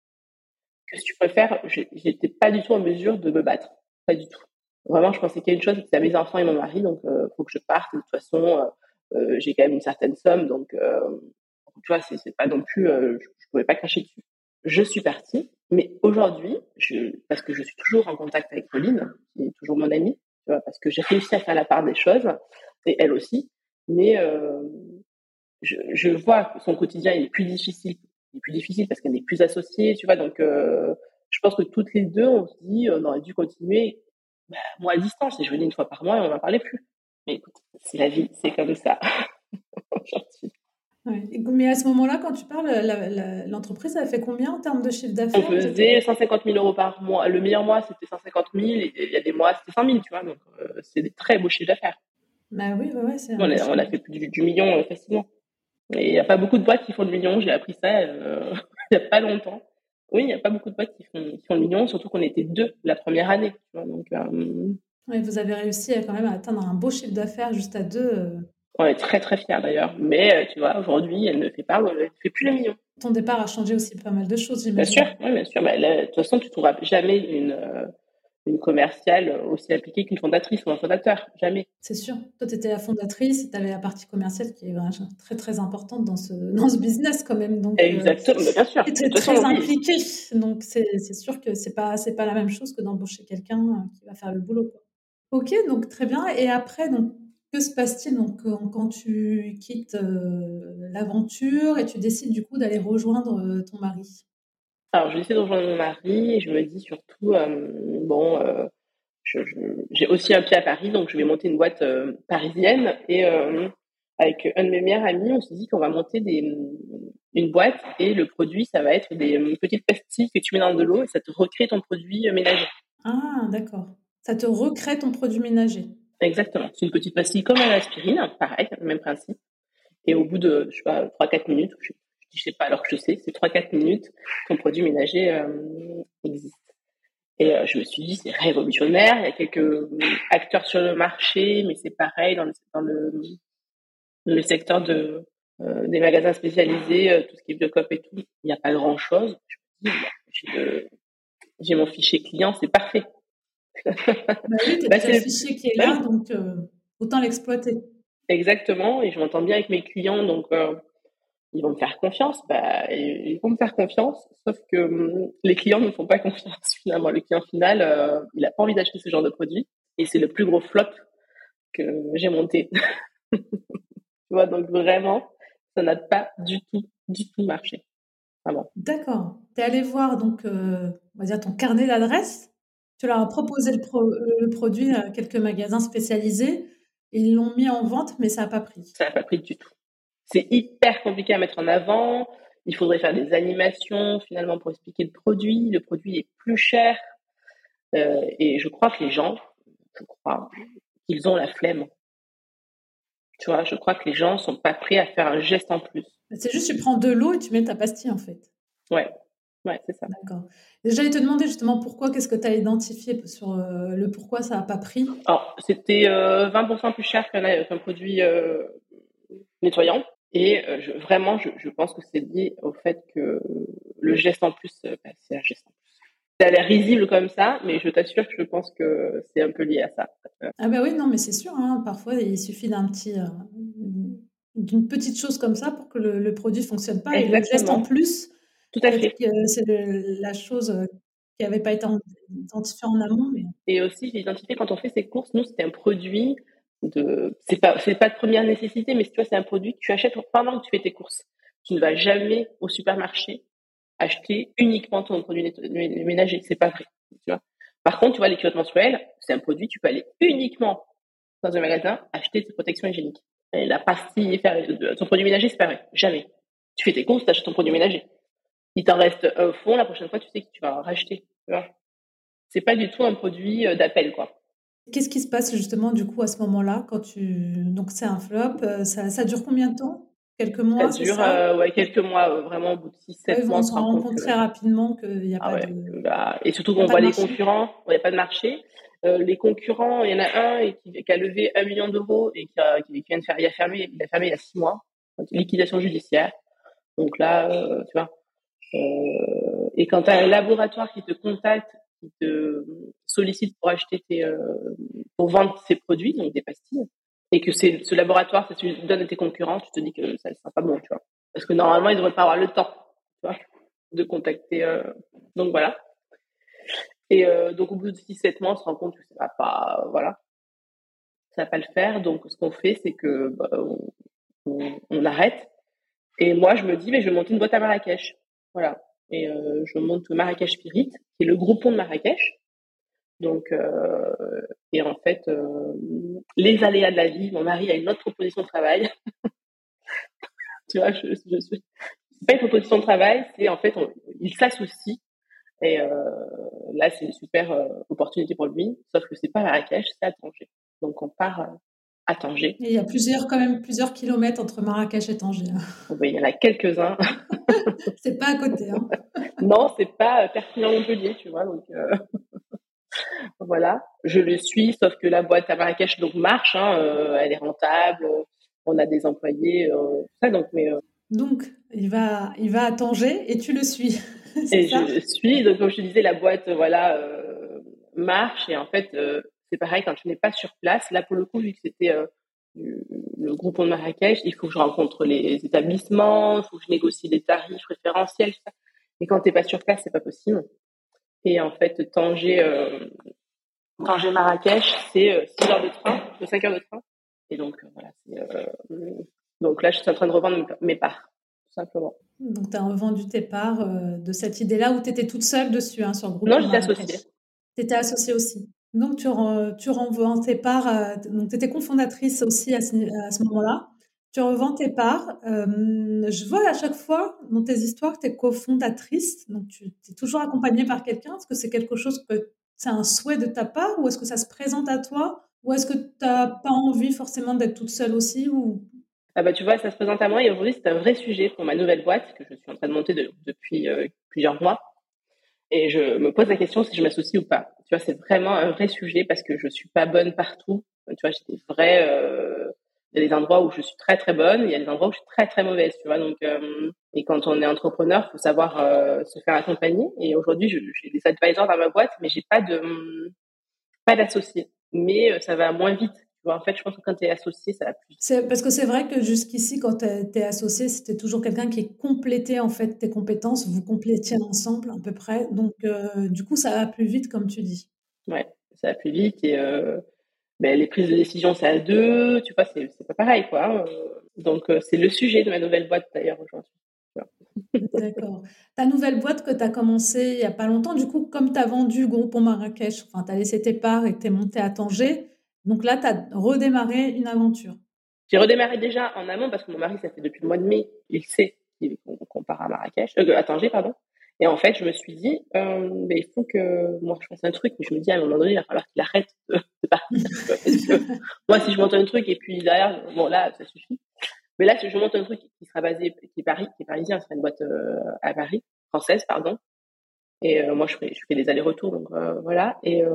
que si tu préfères, j'étais pas du tout en mesure de me battre. Pas du tout. Vraiment, je pensais qu'il y a une chose, c'était à mes enfants et mon mari, donc il euh, faut que je parte. De toute façon, euh, euh, j'ai quand même une certaine somme, donc euh, tu vois, c'est, c'est pas non plus, euh, je, je pouvais pas cracher dessus. Je suis partie, mais aujourd'hui, je, parce que je suis toujours en contact avec Pauline, qui est toujours mon amie, tu vois, parce que j'ai réussi à faire la part des choses, et elle aussi, mais euh, je, je vois que son quotidien il est plus difficile, il est plus difficile parce qu'elle n'est plus associée, tu vois, donc euh, je pense que toutes les deux, on se dit, on aurait dû continuer, bah, moi à distance, et je venais une fois par mois et on n'en parlait plus. Mais écoute, c'est la vie, c'est comme ça. Gentil. Ouais. Mais à ce moment-là, quand tu parles, la- la- l'entreprise, elle fait combien en termes de chiffre On d'affaires? Vous étiez- faisait cent cinquante mille euros par mois. Le meilleur mois, c'était cent cinquante mille. Et il y a des mois, c'était cent mille, tu vois. Donc, euh, c'est des très beaux chiffres d'affaires. Bah oui, ouais, ouais, c'est un On beau a, on a chiffre. fait plus du, du million euh, facilement. Et il n'y a pas beaucoup de boîtes qui font le million. J'ai appris ça euh, il n'y a pas longtemps. Oui, il n'y a pas beaucoup de boîtes qui font, qui font le million, surtout qu'on était deux la première année. Tu vois, donc, euh, Ouais, vous avez réussi à quand même atteindre un beau chiffre d'affaires juste à deux. euh. on est très, très fiers d'ailleurs. Mais euh, tu vois, aujourd'hui, elle ne fait pas, elle ne fait plus le million. Ton départ a changé aussi pas mal de choses, Bien sûr, j'imagine. oui, bien sûr. Bah, là, de toute façon, tu ne trouveras jamais une, euh, une commerciale aussi appliquée qu'une fondatrice ou un fondateur. Jamais. C'est sûr. Toi, tu étais la fondatrice, tu avais la partie commerciale qui est vraiment très, très importante dans ce, dans ce business quand même. Donc, euh, Exactement, mais bien sûr. tu De étais toute façon, très oui. impliquée. Donc, c'est, c'est sûr que c'est pas, c'est pas la même chose que d'embaucher quelqu'un euh, qui va faire le boulot, quoi. Ok, donc très bien. Et après, donc, que se passe-t-il donc, quand quand tu quittes euh, l'aventure et tu décides du coup d'aller rejoindre euh, ton mari? Alors, je vais essayer de rejoindre mon mari et je me dis surtout, euh, bon, euh, je, je, j'ai aussi un pied à Paris, donc je vais monter une boîte euh, parisienne. Et euh, avec un de mes meilleurs amis, on s'est dit qu'on va monter des, une boîte et le produit, ça va être des petites pastilles que tu mets dans de l'eau et ça te recrée ton produit ménager. Ah, d'accord. Ça te recrée ton produit ménager. Exactement. C'est une petite pastille comme à l'aspirine, pareil, même principe. Et au bout de, je sais pas, trois quatre minutes, je, je sais pas alors que je sais, c'est trois quatre minutes, ton produit ménager euh, existe. Et euh, je me suis dit, c'est révolutionnaire. Il y a quelques euh, acteurs sur le marché, mais c'est pareil dans le, dans le, le secteur de, euh, des magasins spécialisés, euh, tout ce qui est Biocop et tout. Il n'y a pas grand-chose. Je me dis, j'ai, le, j'ai mon fichier client, c'est parfait. Bah oui, tu as bah, déjà le c'est, fichier qui est bah là, oui, donc euh, autant l'exploiter. exactement. Et je m'entends bien avec mes clients, donc euh, ils vont me faire confiance. Bah, ils vont me faire confiance, sauf que hum, les clients ne me font pas confiance finalement. Le client final, euh, il n'a pas envie d'acheter ce genre de produit. Et c'est le plus gros flop que j'ai monté. Tu vois, donc vraiment, ça n'a pas du tout, du tout marché. Vraiment. D'accord. Tu es allé voir donc, heu, on va dire ton carnet d'adresses. Tu leur as proposé le pro le produit à quelques magasins spécialisés. Ils l'ont mis en vente, mais ça a pas pris. Ça n'a pas pris du tout. C'est hyper compliqué à mettre en avant. Il faudrait faire des animations finalement pour expliquer le produit. Le produit est plus cher. Euh, et je crois que les gens, je crois, qu'ils ont la flemme. Tu vois, je crois que les gens sont pas prêts à faire un geste en plus. C'est juste, tu prends de l'eau et tu mets ta pastille, en fait. Ouais, ouais, c'est ça. D'accord. J'allais te demander justement pourquoi, qu'est-ce que tu as identifié sur, heu, le pourquoi ça a pas pris? Alors, c'était euh, vingt pour cent plus cher qu'un, qu'un produit euh, nettoyant. Et euh, je, vraiment, je, je pense que c'est lié au fait que le geste en plus, euh, bah, c'est un geste en plus. Ça a l'air risible comme ça, mais je t'assure que je pense que c'est un peu lié à ça. Ah bah oui, non, mais c'est sûr, hein, parfois il suffit d'un petit, heu, d'une petite chose comme ça pour que le le produit fonctionne pas et le geste en Exactement, plus, tout à peut-être fait. que c'est le la chose, heu, qui avait pas été en identifiée en amont, mais Et aussi, j'ai identifié quand on fait ses courses, nous, c'était un produit de, c'est pas, c'est pas de première nécessité, mais tu vois, c'est un produit que tu achètes pendant que tu fais tes courses. Tu ne vas jamais au supermarché acheter uniquement ton produit ménager. C'est pas vrai, tu vois. Par contre, tu vois, les culottes menstruelles, c'est un produit, tu peux aller uniquement dans un magasin acheter tes protections hygiéniques. Et la pastille, ton produit ménager, c'est pareil. Jamais. Tu fais tes courses, tu achètes ton produit ménager. Il t'en reste un fond, la prochaine fois, tu sais que tu vas en racheter. Tu vois. C'est pas du tout un produit euh, d'appel, quoi. qu'est-ce qui se passe justement du coup à ce moment-là quand tu donc c'est un flop, heu, ça ça dure combien de temps? Quelques Ça mois, c'est dure ça? euh, ouais, quelques mois, euh, vraiment, au bout de six Ouais, sept mois, on on se se rend rend compte compte que, très rapidement qu'il y a ah pas ouais, de que là, et surtout il y a qu'on pas voit de les marché. concurrents, il n'y a pas de marché. Euh, les concurrents, il y en a un et qui, qui a levé un million d'euros et qui, a, qui vient de faire, il a fermé, il a fermé il y a six mois, liquidation judiciaire. Donc là, euh, tu vois. Euh, et quand tu as un laboratoire qui te contacte, qui te sollicite pour acheter tes, euh, pour vendre ses produits, donc des pastilles, et que c'est ce laboratoire, ça te donne à tes concurrents, tu te dis que ça ne sera pas bon, tu vois. Parce que normalement, ils ne devraient pas avoir le temps, tu vois, de contacter. Euh... Donc voilà. Et euh, donc au bout de six sept mois, on se rend compte que ça va pas, voilà, ça va pas le faire. Donc ce qu'on fait, c'est que bah, on, on, on arrête. Et moi, je me dis, mais je vais monter une boîte à Marrakech. Voilà. Et euh, je monte Marrakech Spirit, qui est le groupon de Marrakech. Donc, euh, et en fait, euh, les aléas de la vie, mon mari a une autre proposition de travail. Tu vois, je, je suis. C'est pas une proposition de travail, c'est en fait, on, il s'associe. Et euh, là, c'est une super euh, opportunité pour lui. Sauf que c'est pas Marrakech, c'est à Tanger. Donc, on part euh, à Tanger. Et il y a plusieurs quand même plusieurs kilomètres entre Marrakech et Tanger, hein. Bon, ben, il y en a quelques-uns. C'est pas à côté, hein. Non, c'est pas Perpignan-Montpellier, tu vois. Donc, euh, voilà, je le suis, sauf que la boîte à Marrakech donc marche, hein, euh, elle est rentable, euh, on a des employés, euh, tout ça, donc mais euh, Donc il va il va à Tanger et tu le suis, c'est et je ça? le suis, donc comme je te disais, la boîte euh, voilà euh, marche et en fait euh, c'est pareil quand tu n'es pas sur place. Là pour le coup, vu que c'était euh, du- le groupon de Marrakech, il faut que je rencontre les établissements, il faut que je négocie des tarifs préférentiels, tout ça. Et quand t'es pas sur place, c'est pas possible. Et en fait, Tanger, euh, Tanger Marrakech, c'est euh, six heures de train, de cinq heures de train. Et donc, euh, voilà. C'est, euh, donc là, je suis en train de revendre mes parts, tout simplement. Donc tu as revendu tes parts, heu, de cette idée-là où tu étais toute seule dessus, hein, sur le Non, groupon j'étais associée. Marrakech? Tu étais associée aussi? Donc tu ren tu revends tes parts, heu, donc tu étais cofondatrice aussi à ce ni à ce moment-là. Tu revends tes parts, hem, je vois à chaque fois dans tes histoires que tu es cofondatrice, donc tu es toujours accompagnée par quelqu'un. Est-ce que c'est quelque chose que c'est un souhait de ta part ou est-ce que ça se présente à toi? Ou est-ce que tu as pas envie forcément d'être toute seule aussi ou Ah bah, tu vois, ça se présente à moi et aujourd'hui, c'est un vrai sujet pour ma nouvelle boîte que je suis en train de monter de depuis, heu, plusieurs mois et je me pose la question si je m'associe ou pas. Tu vois, c'est vraiment un vrai sujet parce que je suis pas bonne partout. Tu vois, j'ai des vrais, heu, il y a des endroits où je suis très, très bonne, il y a des endroits où je suis très, très mauvaise, tu vois? Donc, hem et quand on est entrepreneur, faut savoir, heu, se faire accompagner et aujourd'hui, je j'ai des advisors dans ma boîte, mais j'ai pas de, mmh, pas d'associés. Mais, heu, ça va moins vite, tu vois? En fait, je pense que quand tu es associé, ça va plus vite. c'est parce que c'est vrai que jusqu'ici quand tu es associée, c'était toujours quelqu'un qui complétait en fait tes compétences, vous complétiez ensemble à peu près, donc heu, du coup ça va plus vite comme tu dis. Ouais, ça va plus vite et heu, beh, les prises de décision, c'est à deux, tu vois? C'est c'est pas pareil, quoi, hein, heu, donc heu, c'est le sujet de ma nouvelle boîte d'ailleurs aujourd'hui, tu vois? D'accord. Ta nouvelle boîte que tu as commencée il y a pas longtemps, du coup, comme tu as vendu Groupon Marrakech, enfin, tu as laissé tes parts et que tu es montée à Tanger, donc là, tu as redémarré une aventure. J'ai redémarré déjà en amont parce que mon mari, ça fait depuis le mois de mai, il sait qu'il qu'on qu'on part à Marrakech, heu, à Tanger, pardon et en fait, je me suis dit, hem, beh, il faut que moi je fasse un truc, mais je me dis à un moment donné, il va falloir qu'il arrête de de partir, tu vois? Parce que moi, si je monte un truc et puis derrière, bon là, ça suffit. Mais là, si je monte un truc qui sera basé qui est Paris, qui est parisien, ce sera une boîte, heu, à Paris, française, pardon et heu, moi je fais je fais des allers-retours donc heu, voilà et hem,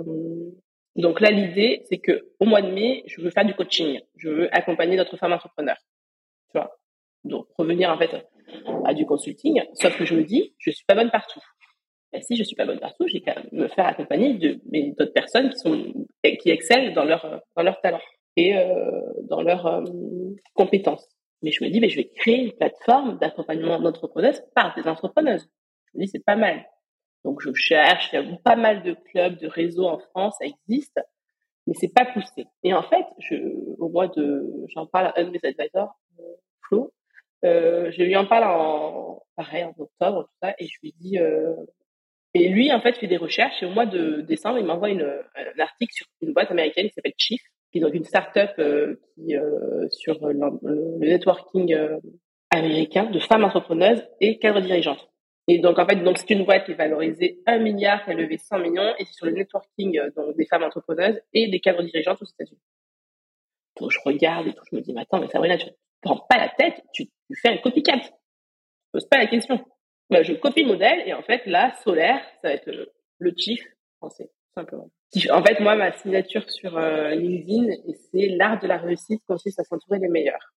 donc là, l'idée, c'est que au mois de mai, je veux faire du coaching. Je veux accompagner d'autres femmes entrepreneurs, tu vois? Donc revenir en fait à du consulting, sauf que je me dis: «Je suis pas bonne partout». Et si je suis pas bonne partout, j'ai qu'à me faire accompagner de mais d'autres personnes qui sont qui excellent dans leur, dans leur talent et heu, dans leurs, hem, compétences. Mais je me dis: «Beh, je vais créer une plateforme d'accompagnement d'entrepreneuses par des entrepreneuses». Je me dis: «C'est pas mal». Donc je cherche, il y a pas mal de clubs, de réseaux en France, ça existe, mais c'est pas poussé. Et en fait, je, au mois de, j'en parle à un de mes advisors, euh, Flo, euh, je lui en parle en, pareil, en octobre, tout ça, et je lui dis, euh, et lui, en fait, fait des recherches, et au mois de décembre, il m'envoie une, un article sur une boîte américaine qui s'appelle Chief, qui est donc une start-up euh, qui, euh, sur le, le networking euh, américain de femmes entrepreneuses et cadres dirigeantes. Et donc, en fait, donc c'est une boîte qui est valorisée un milliard, qui a levé cent millions, et c'est sur le networking euh, donc des femmes entrepreneuses et des cadres dirigeantes aux États-Unis. Donc, je regarde et tout, je me dis, mais attends, mais Sabrina, tu ne prends pas la tête, tu, tu fais un copycat. Tu poses pas la question. Ben, je copie le modèle, et en fait, là, solaire, ça va être le, le chief français, tout simplement. En fait, moi, ma signature sur euh, LinkedIn, c'est l'art de la réussite consiste à s'entourer des meilleurs.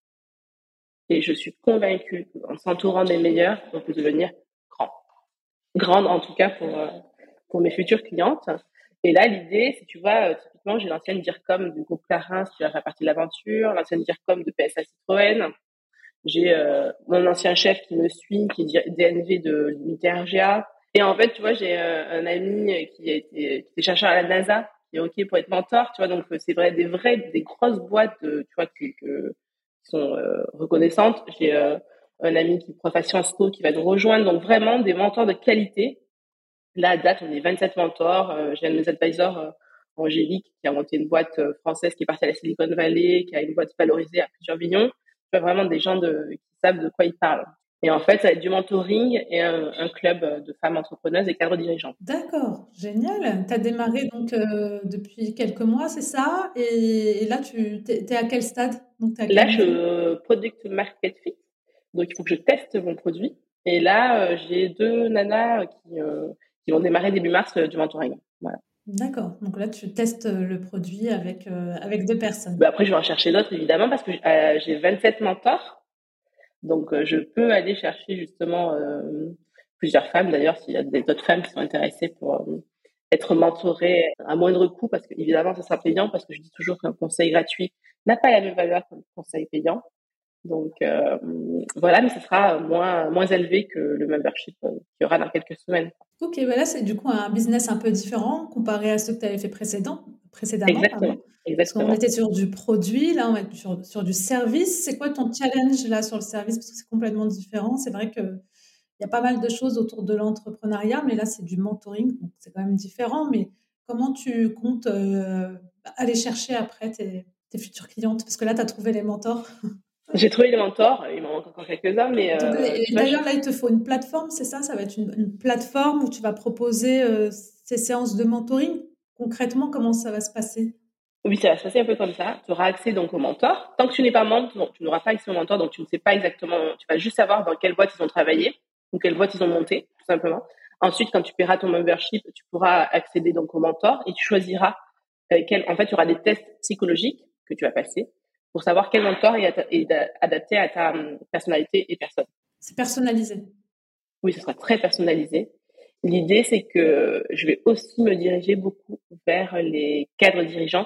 Et je suis convaincue qu'en s'entourant des meilleurs, on peut devenir grand. Grande, en tout cas, pour, euh, pour mes futures clientes. Et là, l'idée, c'est, tu vois, euh, typiquement, j'ai l'ancienne DIRCOM du groupe Clarins qui va faire partie de l'aventure, l'ancienne DIRCOM de P S A Citroën. J'ai euh, mon ancien chef qui me suit, qui est D N V de l'unité R G A. Et en fait, tu vois, j'ai euh, un ami qui a été, qui était chercheur à la NASA, qui est OK pour être mentor, tu vois. Donc, c'est vrai, des vraies, des grosses boîtes, de, tu vois, qui, que, qui sont euh, reconnaissantes. J'ai euh, un ami qui est prof à Sciences Po qui va nous rejoindre. Donc, vraiment, des mentors de qualité. Là, à date, on est vingt-sept mentors. Euh, j'ai un de mes advisors, euh, Angélique, qui a monté une boîte euh, française qui est partie à la Silicon Valley, qui a une boîte valorisée à plusieurs millions. Tu vois, vraiment des gens de, qui savent de quoi ils parlent. Et en fait, ça va être du mentoring et un, un club de femmes entrepreneuses et cadres dirigeants. D'accord, génial. Tu as démarré donc heu, depuis quelques mois, c'est ça? Et et là, tu tu es tu es à quel stade? Donc tu es à quel Là, niveau? je product market fit, donc il faut que je teste mon produit. Et là, euh, j'ai deux nanas qui, euh, qui vont démarrer début mars euh, du mentoring. Voilà. D'accord, donc là, tu testes, heu, le produit avec, heu, avec deux personnes. Ben après, je vais en chercher d'autres, évidemment, parce que euh, j'ai vingt-sept mentors. Donc, euh, je peux aller chercher justement euh, plusieurs femmes, d'ailleurs, s'il y a d'autres femmes qui sont intéressées pour euh, être mentorées à moindre coût, parce que évidemment, ça sera payant, parce que je dis toujours qu'un conseil gratuit n'a pas la même valeur qu'un conseil payant. Donc, euh, voilà, mais ce sera moins, moins élevé que le membership euh, qu'il y aura dans quelques semaines. OK, bah, là, c'est du coup un business un peu différent comparé à ceux que tu avais fait précédent précédemment, Exactement, pardon. Parce qu'on exactement. était sur du produit, là, on va être sur sur du service. C'est quoi ton challenge, là, sur le service? Parce que c'est complètement différent. C'est vrai qu'il y a pas mal de choses autour de l'entrepreneuriat, mais là, c'est du mentoring, donc c'est quand même différent. Mais comment tu comptes euh, aller chercher après tes, tes futures clientes? Parce que là, tu as trouvé les mentors. J'ai trouvé les mentors, il m'en manque encore quelques-uns, mais Donc, euh, et tu vois, je... d'ailleurs, là, il te faut une plateforme, c'est ça? Ça va être une, une plateforme où tu vas proposer euh, ces séances de mentoring. Concrètement, comment ça va se passer? oui, ça va se passer un peu comme ça. Tu auras accès donc aux mentors. Tant que tu n'es pas membre, donc, tu n'auras pas accès aux mentors, donc tu ne sais pas exactement, tu vas juste savoir dans quelle boîte ils ont travaillé ou quelle boîte ils ont monté, tout simplement. Ensuite, quand tu paieras ton membership, tu pourras accéder donc aux mentors et tu choisiras euh, quel, en fait, tu auras des tests psychologiques que tu vas passer pour savoir quel mentor est, at- est adapté à ta hum, personnalité et personne. C'est personnalisé. Oui, ce sera très personnalisé. L'idée, c'est que je vais aussi me diriger beaucoup vers les cadres dirigeantes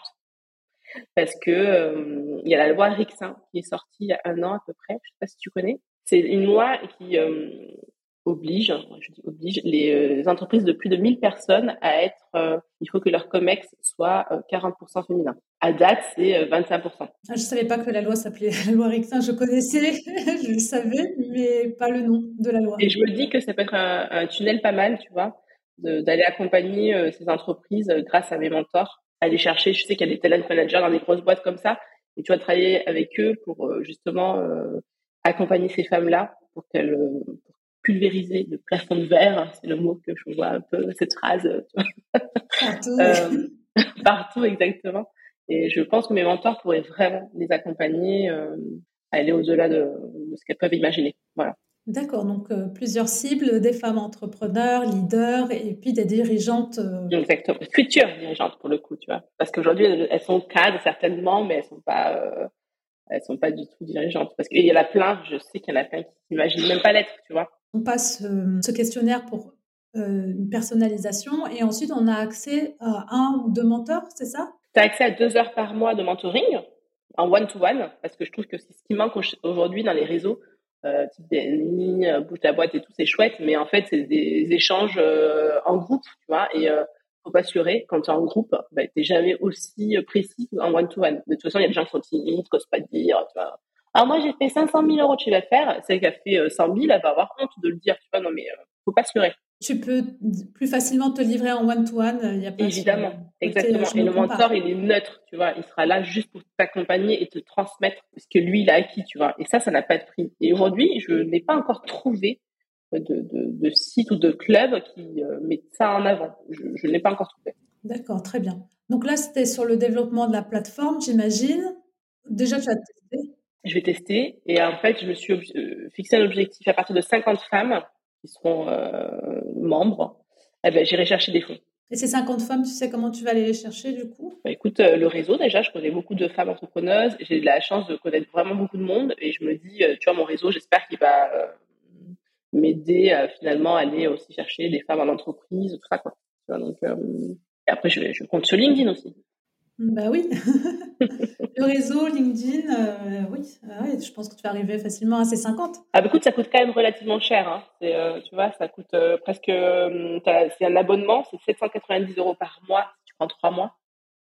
parce que euh, il y a la loi Rixin qui est sortie il y a un an à peu près. Je sais pas si tu connais. C'est une loi qui euh, oblige, je dis oblige, les euh, entreprises de plus de mille personnes à être. Euh, il faut que leur comex soit euh, quarante pour cent féminin. À date, c'est euh, vingt-cinq pour cent. Ah, je savais pas que la loi s'appelait la loi Rixin. Je connaissais, je le savais, mais pas le nom de la loi. Et je me dis que ça peut être un, un tunnel pas mal, tu vois, de- d'aller accompagner euh, ces entreprises euh, grâce à mes mentors, aller chercher. Je sais qu'il y a des talent managers dans des grosses boîtes comme ça, et tu vas travailler avec eux pour euh, justement euh, accompagner ces femmes-là pour qu'elles euh, pour pulvériser le plafond de verre, c'est le mot que je vois un peu cette phrase, euh, tu vois, Partout, euh, oui. partout exactement. Et je pense que mes mentors pourraient vraiment les accompagner euh, à aller au-delà de, de ce qu'elles peuvent imaginer. Voilà. D'accord, donc euh, plusieurs cibles, des femmes entrepreneurs, leaders, et puis des dirigeantes. euh, Exactement. Futures dirigeantes pour le coup, tu vois. Parce qu'aujourd'hui, elles, elles sont cadres certainement, mais elles sont pas, euh, elles sont pas du tout dirigeantes. Parce qu'il y en a plein, je sais qu'il y en a plein qui s'imaginent même pas l'être, tu vois. On passe euh, ce questionnaire pour euh, une personnalisation, et ensuite on a accès à un ou deux mentors, c'est ça? Tu as accès à deux heures par mois de mentoring en one-to-one, parce que je trouve que c'est ce qui manque aujourd'hui dans les réseaux, euh, type des lignes, euh, bouge la boîte et tout, c'est chouette, mais en fait, c'est des échanges euh, en groupe, tu vois, et euh, faut pas se leurrer, quand tu es en groupe, bah, t'es jamais aussi précis qu'en one-to-one. De toute façon, il y a des gens qui sont timides, qui n'osent pas te dire, tu vois. Alors moi, j'ai fait cinq cent mille euros de chiffre d'affaires, celle qui a fait euh, cent mille, elle va avoir honte de le dire, tu vois, non mais euh, faut pas se leurrer. Tu peux plus facilement te livrer en one-to-one, il n'y a pas ce Évidemment, côté exactement. je Et me le compare. mentor, il est neutre, tu vois. Il sera là juste pour t'accompagner et te transmettre ce que lui, il a acquis, tu vois. Et ça, ça n'a pas de prix. Et aujourd'hui, je n'ai pas encore trouvé de, de, de site ou de club qui euh, met ça en avant. Je, je ne l'ai pas encore trouvé. D'accord, très bien. Donc là, c'était sur le développement de la plateforme, j'imagine. Déjà, tu as testé. Je vais tester. Et en fait, je me suis ob- euh, fixé un objectif à partir de cinquante femmes qui seront euh, membres. Eh ben, j'irai chercher des fonds. Et ces cinquante femmes, tu sais comment tu vas aller les chercher du coup? Bah, écoute, euh, le réseau, déjà, je connais beaucoup de femmes entrepreneuses. J'ai de la chance de connaître vraiment beaucoup de monde. Et je me dis, euh, tu vois, mon réseau, j'espère qu'il va euh, m'aider à finalement aller aussi chercher des femmes en entreprise, tout ça, quoi. Tu vois, donc, euh, et après, je, je compte sur LinkedIn aussi. Bah oui. Le réseau, LinkedIn, euh, oui. Ah oui, je pense que tu vas arriver facilement à ces cinquante. Ah, bah, écoute, ça coûte quand même relativement cher. Hein. C'est, euh, tu vois, ça coûte euh, presque. Euh, t'as- c'est un abonnement, c'est sept cent quatre-vingt-dix euros par mois si tu prends trois mois.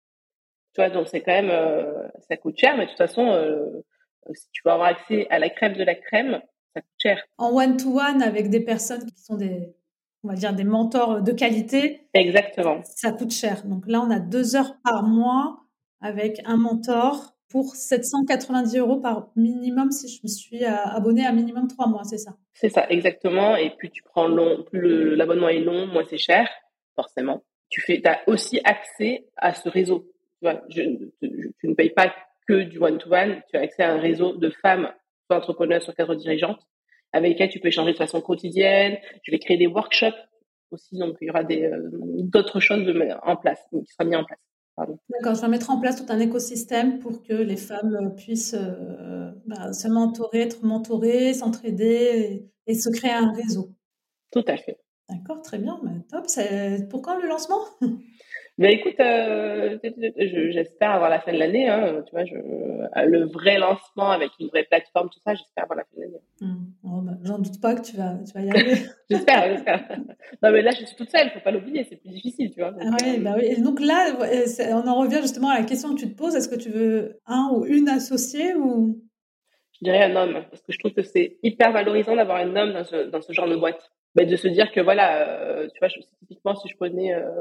Tu vois, donc c'est quand même. Euh, ça coûte cher, mais de toute façon, euh, si tu veux avoir accès à la crème de la crème, ça coûte cher. En one-to-one avec des personnes qui sont des, on va dire, des mentors de qualité, Exactement. ça coûte cher. Donc là, on a deux heures par mois avec un mentor pour sept cent quatre-vingt-dix euros par minimum si je me suis euh, abonnée à minimum trois mois, c'est ça? C'est ça, exactement. Et plus tu prends long, plus le- l'abonnement est long, moins c'est cher, forcément. Tu fais, t'as aussi accès à ce réseau. Tu vois, je, je- tu ne payes pas que du one-to-one, tu as accès à un réseau de femmes, soit entrepreneurs, soit cadres dirigeantes, avec lesquelles tu peux échanger de façon quotidienne. Je vais créer des workshops aussi, donc il y aura des, euh, d'autres choses de, mettre en place, qui sera mis en place. Pardon. D'accord, je vais mettre en place tout un écosystème pour que les femmes euh, puissent euh, bah, se mentorer, être mentorées, s'entraider et, et se créer un réseau. Tout à fait. D'accord, très bien, bah, top. C'est pour quand le lancement? Mais écoute, euh, je- j'espère avoir la fin de l'année. Hein, tu vois, je, le vrai lancement avec une vraie plateforme, tout ça, j'espère avoir la fin de l'année. Hmm. Oh, bah, j'en doute pas que tu vas, tu vas y arriver. J'espère, j'espère. Non, mais là, je suis toute seule, faut pas l'oublier, c'est plus difficile, tu vois. Ah Donc, ouais, euh, bah oui. Et donc là, ouais, c'est- on en revient justement à la question que tu te poses. Est-ce que tu veux un ou une associée ou... je dirais un homme, parce que je trouve que c'est hyper valorisant d'avoir un homme dans ce, dans ce genre de boîte. Ben, de se dire que voilà, euh, tu vois, je, typiquement, si je prenais euh,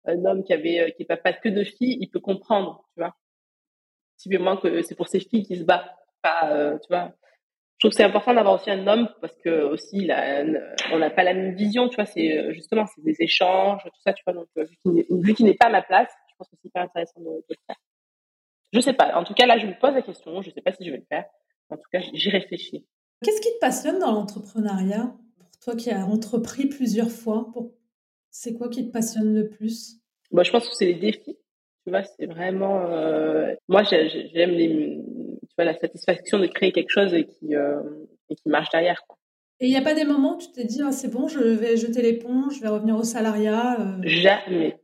un homme qui avait, euh, qui est papa que de filles, il peut comprendre, tu vois. Typiquement que c'est pour ses filles qu'il se bat, pas, euh, tu vois. Je trouve que c'est important d'avoir aussi un homme parce que aussi, il a un- on n'a pas la même vision, tu vois. C'est euh, justement, c'est des échanges, tout ça, tu vois. Donc, euh, vu qu'il n'est, vu qu'il n'est pas à ma place, je pense que c'est hyper intéressant de, de le faire. Je sais pas. En tout cas, là, je me pose la question. Je sais pas si je vais le faire. En tout cas, j'y réfléchis. Qu'est-ce qui te passionne dans l'entrepreneuriat? Pour toi qui as entrepris plusieurs fois, pour... c'est quoi qui te passionne le plus? Moi, je pense que c'est les défis. Tu vois, c'est vraiment. Euh... Moi, j'ai- j'ai- j'aime les, tu vois, la satisfaction de créer quelque chose et qui euh, et qui marche derrière, quoi. Et il n'y a pas des moments où tu t'es dit, ah, c'est bon, je vais jeter l'éponge, je vais revenir au salariat, euh, Jamais.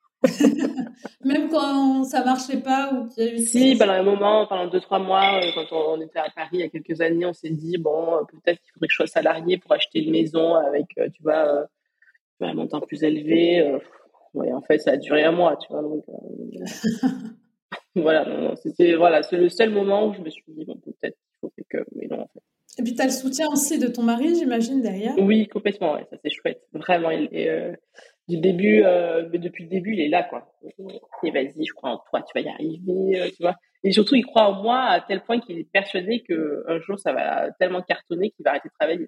même quand ça marchait pas ou qu'il y a eu des Si, soucis? pendant un moment, pendant deux, trois mois, euh, quand on, on était à Paris il y a quelques années, on s'est dit, bon, euh, peut-être qu'il faudrait que je sois salarié pour acheter une maison avec, euh, tu vois, euh, tu vois, un montant plus élevé. Euh, ouais, en fait, ça a duré un mois, tu vois. Donc, euh, voilà, non, non, c'était, voilà, c'est le seul moment où je me suis dit, bon, peut-être qu'il faudrait que, mais non, en fait. Et puis tu as le soutien aussi de ton mari, j'imagine, derrière. Oui, complètement, ouais, ça c'est chouette. Vraiment, il est, euh, du début, euh, mais depuis le début, il est là, quoi. Et vas-y, je crois en toi, tu vas y arriver, euh, tu vois. Et surtout, il croit en moi à tel point qu'il est persuadé que un jour, ça va tellement cartonner qu'il va arrêter de travailler.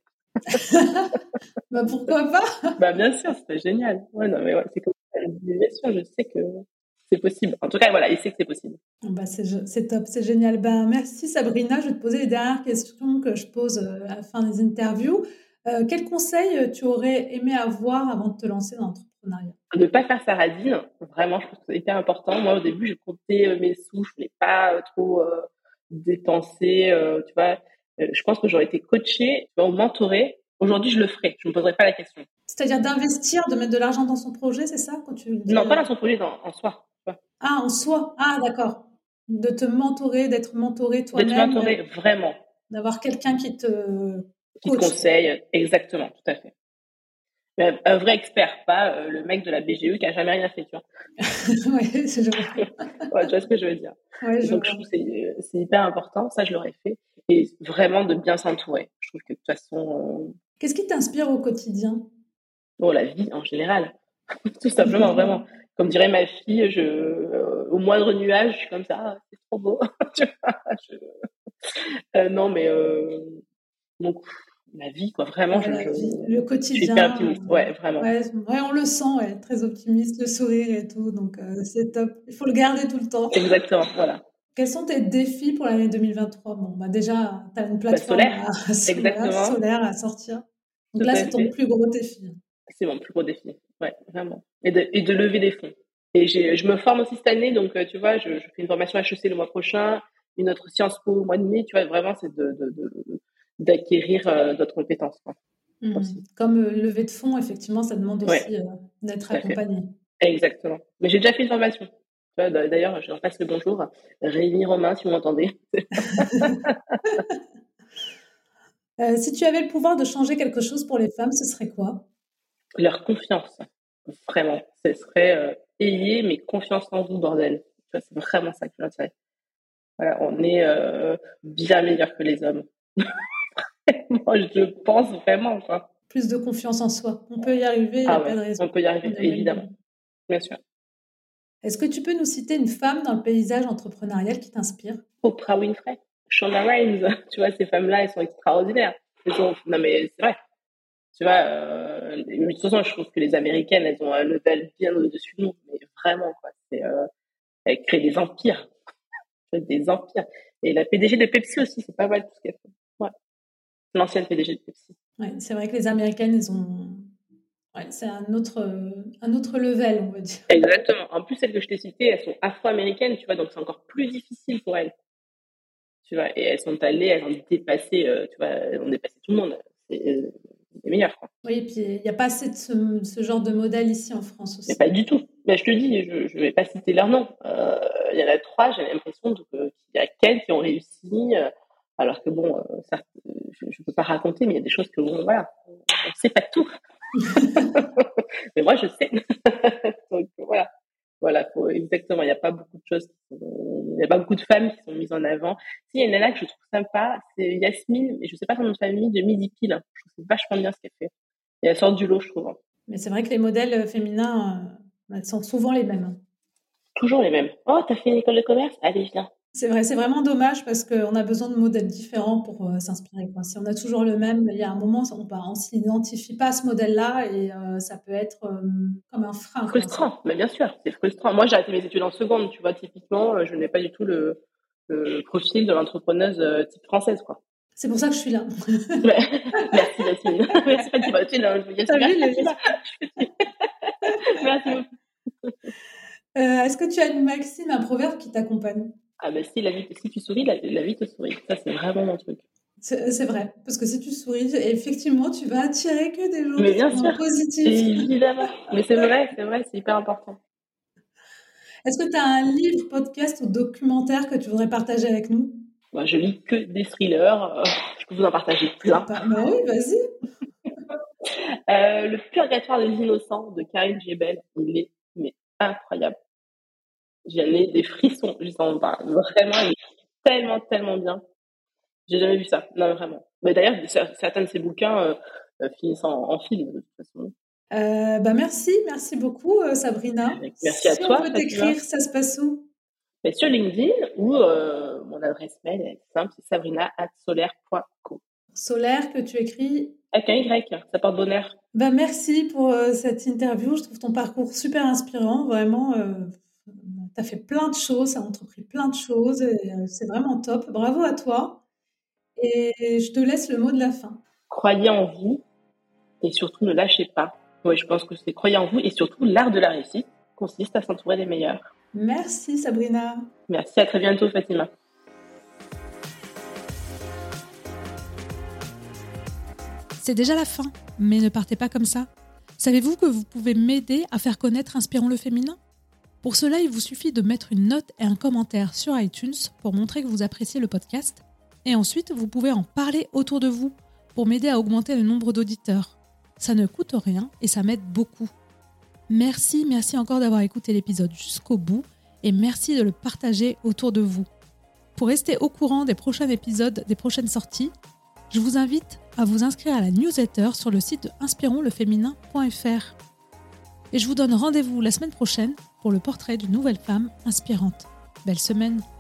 Bah pourquoi pas? Bah, bien sûr, c'était génial. Ouais, non, mais ouais, c'est comme ça. Bien sûr, je sais que c'est possible. En tout cas, voilà, il sait que c'est possible. Bah c'est, c'est top, c'est génial. Ben, merci Sabrina. Je vais te poser les dernières questions que je pose euh, à la fin des interviews. Euh, quel conseil euh, tu aurais aimé avoir avant de te lancer dans l'entrepreneuriat? Ne pas faire sa radine, vraiment, je trouve que c'est hyper important. Moi, au début, je comptais euh, mes sous, je voulais pas euh, trop euh, dépenser, euh, tu vois. Euh, je pense que j'aurais été coachée, tu vois, ou mentorée. Aujourd'hui, je le ferais. Je me poserais pas la question. C'est-à-dire d'investir, de mettre de l'argent dans son projet, c'est ça quand tu dis Non, pas euh, dans son projet, dans, en soi. Tu vois. Ah, en soi. Ah, d'accord. De te mentorer, d'être mentoré D'être toi-même, euh, mentorée, vraiment, d'avoir quelqu'un qui te qui te coach. conseille, exactement, tout à fait. Mais un vrai expert, pas euh, le mec de la B G E qui a jamais rien fait, tu vois. Ouais, je vois. Ouais, tu vois ce que je veux dire. Ouais, Et je donc, je vois. trouve que c'est, c'est hyper important, ça, je l'aurais fait. Et vraiment de bien s'entourer. Je trouve que de toute façon, euh, Qu'est-ce qui t'inspire au quotidien? oh, la vie en général, tout simplement, vraiment. Comme dirait ma fille, je, euh, au moindre nuage, je suis comme ça, ah, c'est trop beau. Tu vois, je- euh, non, mais euh, donc, la vie, quoi, vraiment, Ouais, je, la je, vie, le je suis hyper quotidien. optimiste. Ouais, euh, vraiment. Ouais, ouais, on le sent, ouais, très optimiste, le sourire et tout, donc euh, c'est top. Il faut le garder tout le temps. Exactement, voilà. Quels sont tes défis pour l'année deux mille vingt-trois? Bon, bah déjà, tu as une Bah, plateforme solaire, à, voilà, exactement, solaire à sortir. Donc tout là, à c'est ton fait. plus gros défi. C'est mon plus gros défi. Ouais, vraiment. Et de, et de lever des fonds. Et j'ai, je me forme aussi cette année, donc euh, tu vois, je, je fais une formation H E C le mois prochain, une autre Sciences Po au mois de mai, tu vois, vraiment, c'est de, de, de- d'acquérir euh, d'autres compétences, quoi, Mhm. aussi. Comme euh, lever de fonds, effectivement, ça demande Ouais, aussi euh, d'être tout à fait. accompagné. Exactement. Mais j'ai déjà fait une formation. Tu vois, d'ailleurs, je leur passe le bonjour. Rémi Romain, si vous m'entendez. Euh, si tu avais le pouvoir de changer quelque chose pour les femmes, ce serait quoi? Leur confiance, vraiment. Ce serait euh, ayez mais confiance en vous, bordel. Tu vois, c'est vraiment ça que je dirais. Voilà, on est euh, bien meilleurs que les hommes. Moi, je pense vraiment, quoi. Plus de confiance en soi. On peut y arriver, il n'y a Ah pas ouais, de raison. on peut y On arriver, est même évidemment, bon. bien sûr. Est-ce que tu peux nous citer une femme dans le paysage entrepreneurial qui t'inspire? Oprah Winfrey, Shonda Rhimes, tu vois, ces femmes-là, elles sont extraordinaires. Elles sont... Non, mais c'est vrai. Tu vois, euh, de toute façon, je trouve que les Américaines, elles ont un level bien au-dessus de nous. Mais vraiment, quoi. C'est, euh, elles créent des empires. Des empires. Et la P D G de Pepsi aussi, c'est pas mal tout ce qu'elle fait. Ouais. L'ancienne P D G de Pepsi. Ouais, c'est vrai que les Américaines, elles ont... Ouais, c'est un autre, euh, un autre level, on va dire. Exactement. En plus, celles que je t'ai citées, elles sont afro-américaines, tu vois, donc c'est encore plus difficile pour elles. Tu vois, et elles sont allées, elles ont dépassé, euh, tu vois, elles ont dépassé tout le monde. C'est euh, les meilleures, quoi. Oui, et puis il n'y a pas assez de ce, ce genre de modèle ici en France Mais aussi. pas du tout. Mais je te dis, je, je vais pas citer leur nom. Euh, Il y en a trois, j'ai l'impression de- que- qu'il y a qu'elles qui ont réussi, euh, alors que bon, euh, ça, je, je peux pas raconter, mais il y a des choses que bon, voilà, on sait pas tout. Mais moi, je sais. Donc voilà. Voilà, faut, exactement. Il n'y a pas beaucoup de choses, qui sont- il n'y a pas beaucoup de femmes qui sont mises en avant. Si, il y a une nana que je trouve sympa, c'est Yasmine, mais je sais pas son nom de famille, de Midi Pile. Je trouve que c'est vachement bien ce qu'elle fait. Et elle sort du lot, je trouve. Mais c'est vrai que les modèles féminins, euh, Elles sont souvent les mêmes. Toujours les mêmes. Oh, t'as fait une école de commerce? Allez, viens. C'est vrai, c'est vraiment dommage parce qu'on a besoin de modèles différents pour euh, s'inspirer, quoi. Si on a toujours le même, il y a un moment, on ne s'identifie pas à ce modèle-là et euh, ça peut être euh, comme un frein. Frustrant, quoi. Mais bien sûr, c'est frustrant. Moi, j'ai arrêté mes études en seconde, tu vois, typiquement, je n'ai pas du tout le, le profil de l'entrepreneuse euh, type française, quoi. C'est pour ça que je suis là. Merci, Yacine. Merci, Fatima. Tu sais, je T'as vu, les... Merci beaucoup. Euh, est-ce que tu as une maxime, un proverbe qui t'accompagne? Ah ben si, la vie, si tu souris, la, la vie te sourit. Ça, c'est vraiment mon truc. C'est, c'est vrai, parce que si tu souris, effectivement, tu vas attirer que des gens Mais qui bien sont sûr, positifs. évidemment. Mais c'est vrai, c'est vrai, c'est hyper important. Est-ce que tu as un livre, podcast ou documentaire que tu voudrais partager avec nous? Moi, je lis que des thrillers. Euh, je peux vous en partager plein. Bah, bah oui, vas-y. euh, Le Purgatoire des innocents de Karine Jebel, il est mais incroyable. J'en ai des frissons, je sens pas. Vraiment, il est tellement, tellement bien. J'ai jamais vu ça, non, vraiment. Mais d'ailleurs, certains de ces bouquins euh, finissent en, en film, de toute façon. Euh, bah merci, merci beaucoup, euh, Sabrina. Merci à si toi. Si on veut t'écrire, ça se passe où? Mais sur LinkedIn ou euh, mon adresse mail est simple, c'est sabrina arobase solaire point co. Solaire que tu écris avec un Y, ça porte bonheur. Bah merci pour euh, cette interview. Je trouve ton parcours super inspirant. Vraiment, euh, tu as fait plein de choses, tu as entrepris plein de choses. Et, euh, c'est vraiment top. Bravo à toi. Et je te laisse le mot de la fin. Croyez en vous et surtout ne lâchez pas. Oui, je pense que c'est croyez en vous et surtout l'art de la réussite consiste à s'entourer des meilleurs. Merci Sabrina. Merci, à très bientôt Fatima. C'est déjà la fin, mais ne partez pas comme ça. Savez-vous que vous pouvez m'aider à faire connaître Inspirons le féminin ? Pour cela, il vous suffit de mettre une note et un commentaire sur iTunes pour montrer que vous appréciez le podcast. Et ensuite, vous pouvez en parler autour de vous pour m'aider à augmenter le nombre d'auditeurs. Ça ne coûte rien et ça m'aide beaucoup. Merci, merci encore d'avoir écouté l'épisode jusqu'au bout et merci de le partager autour de vous. Pour rester au courant des prochains épisodes, des prochaines sorties, je vous invite à vous inscrire à la newsletter sur le site de inspirons le féminin point f r. Et je vous donne rendez-vous la semaine prochaine pour le portrait d'une nouvelle femme inspirante. Belle semaine!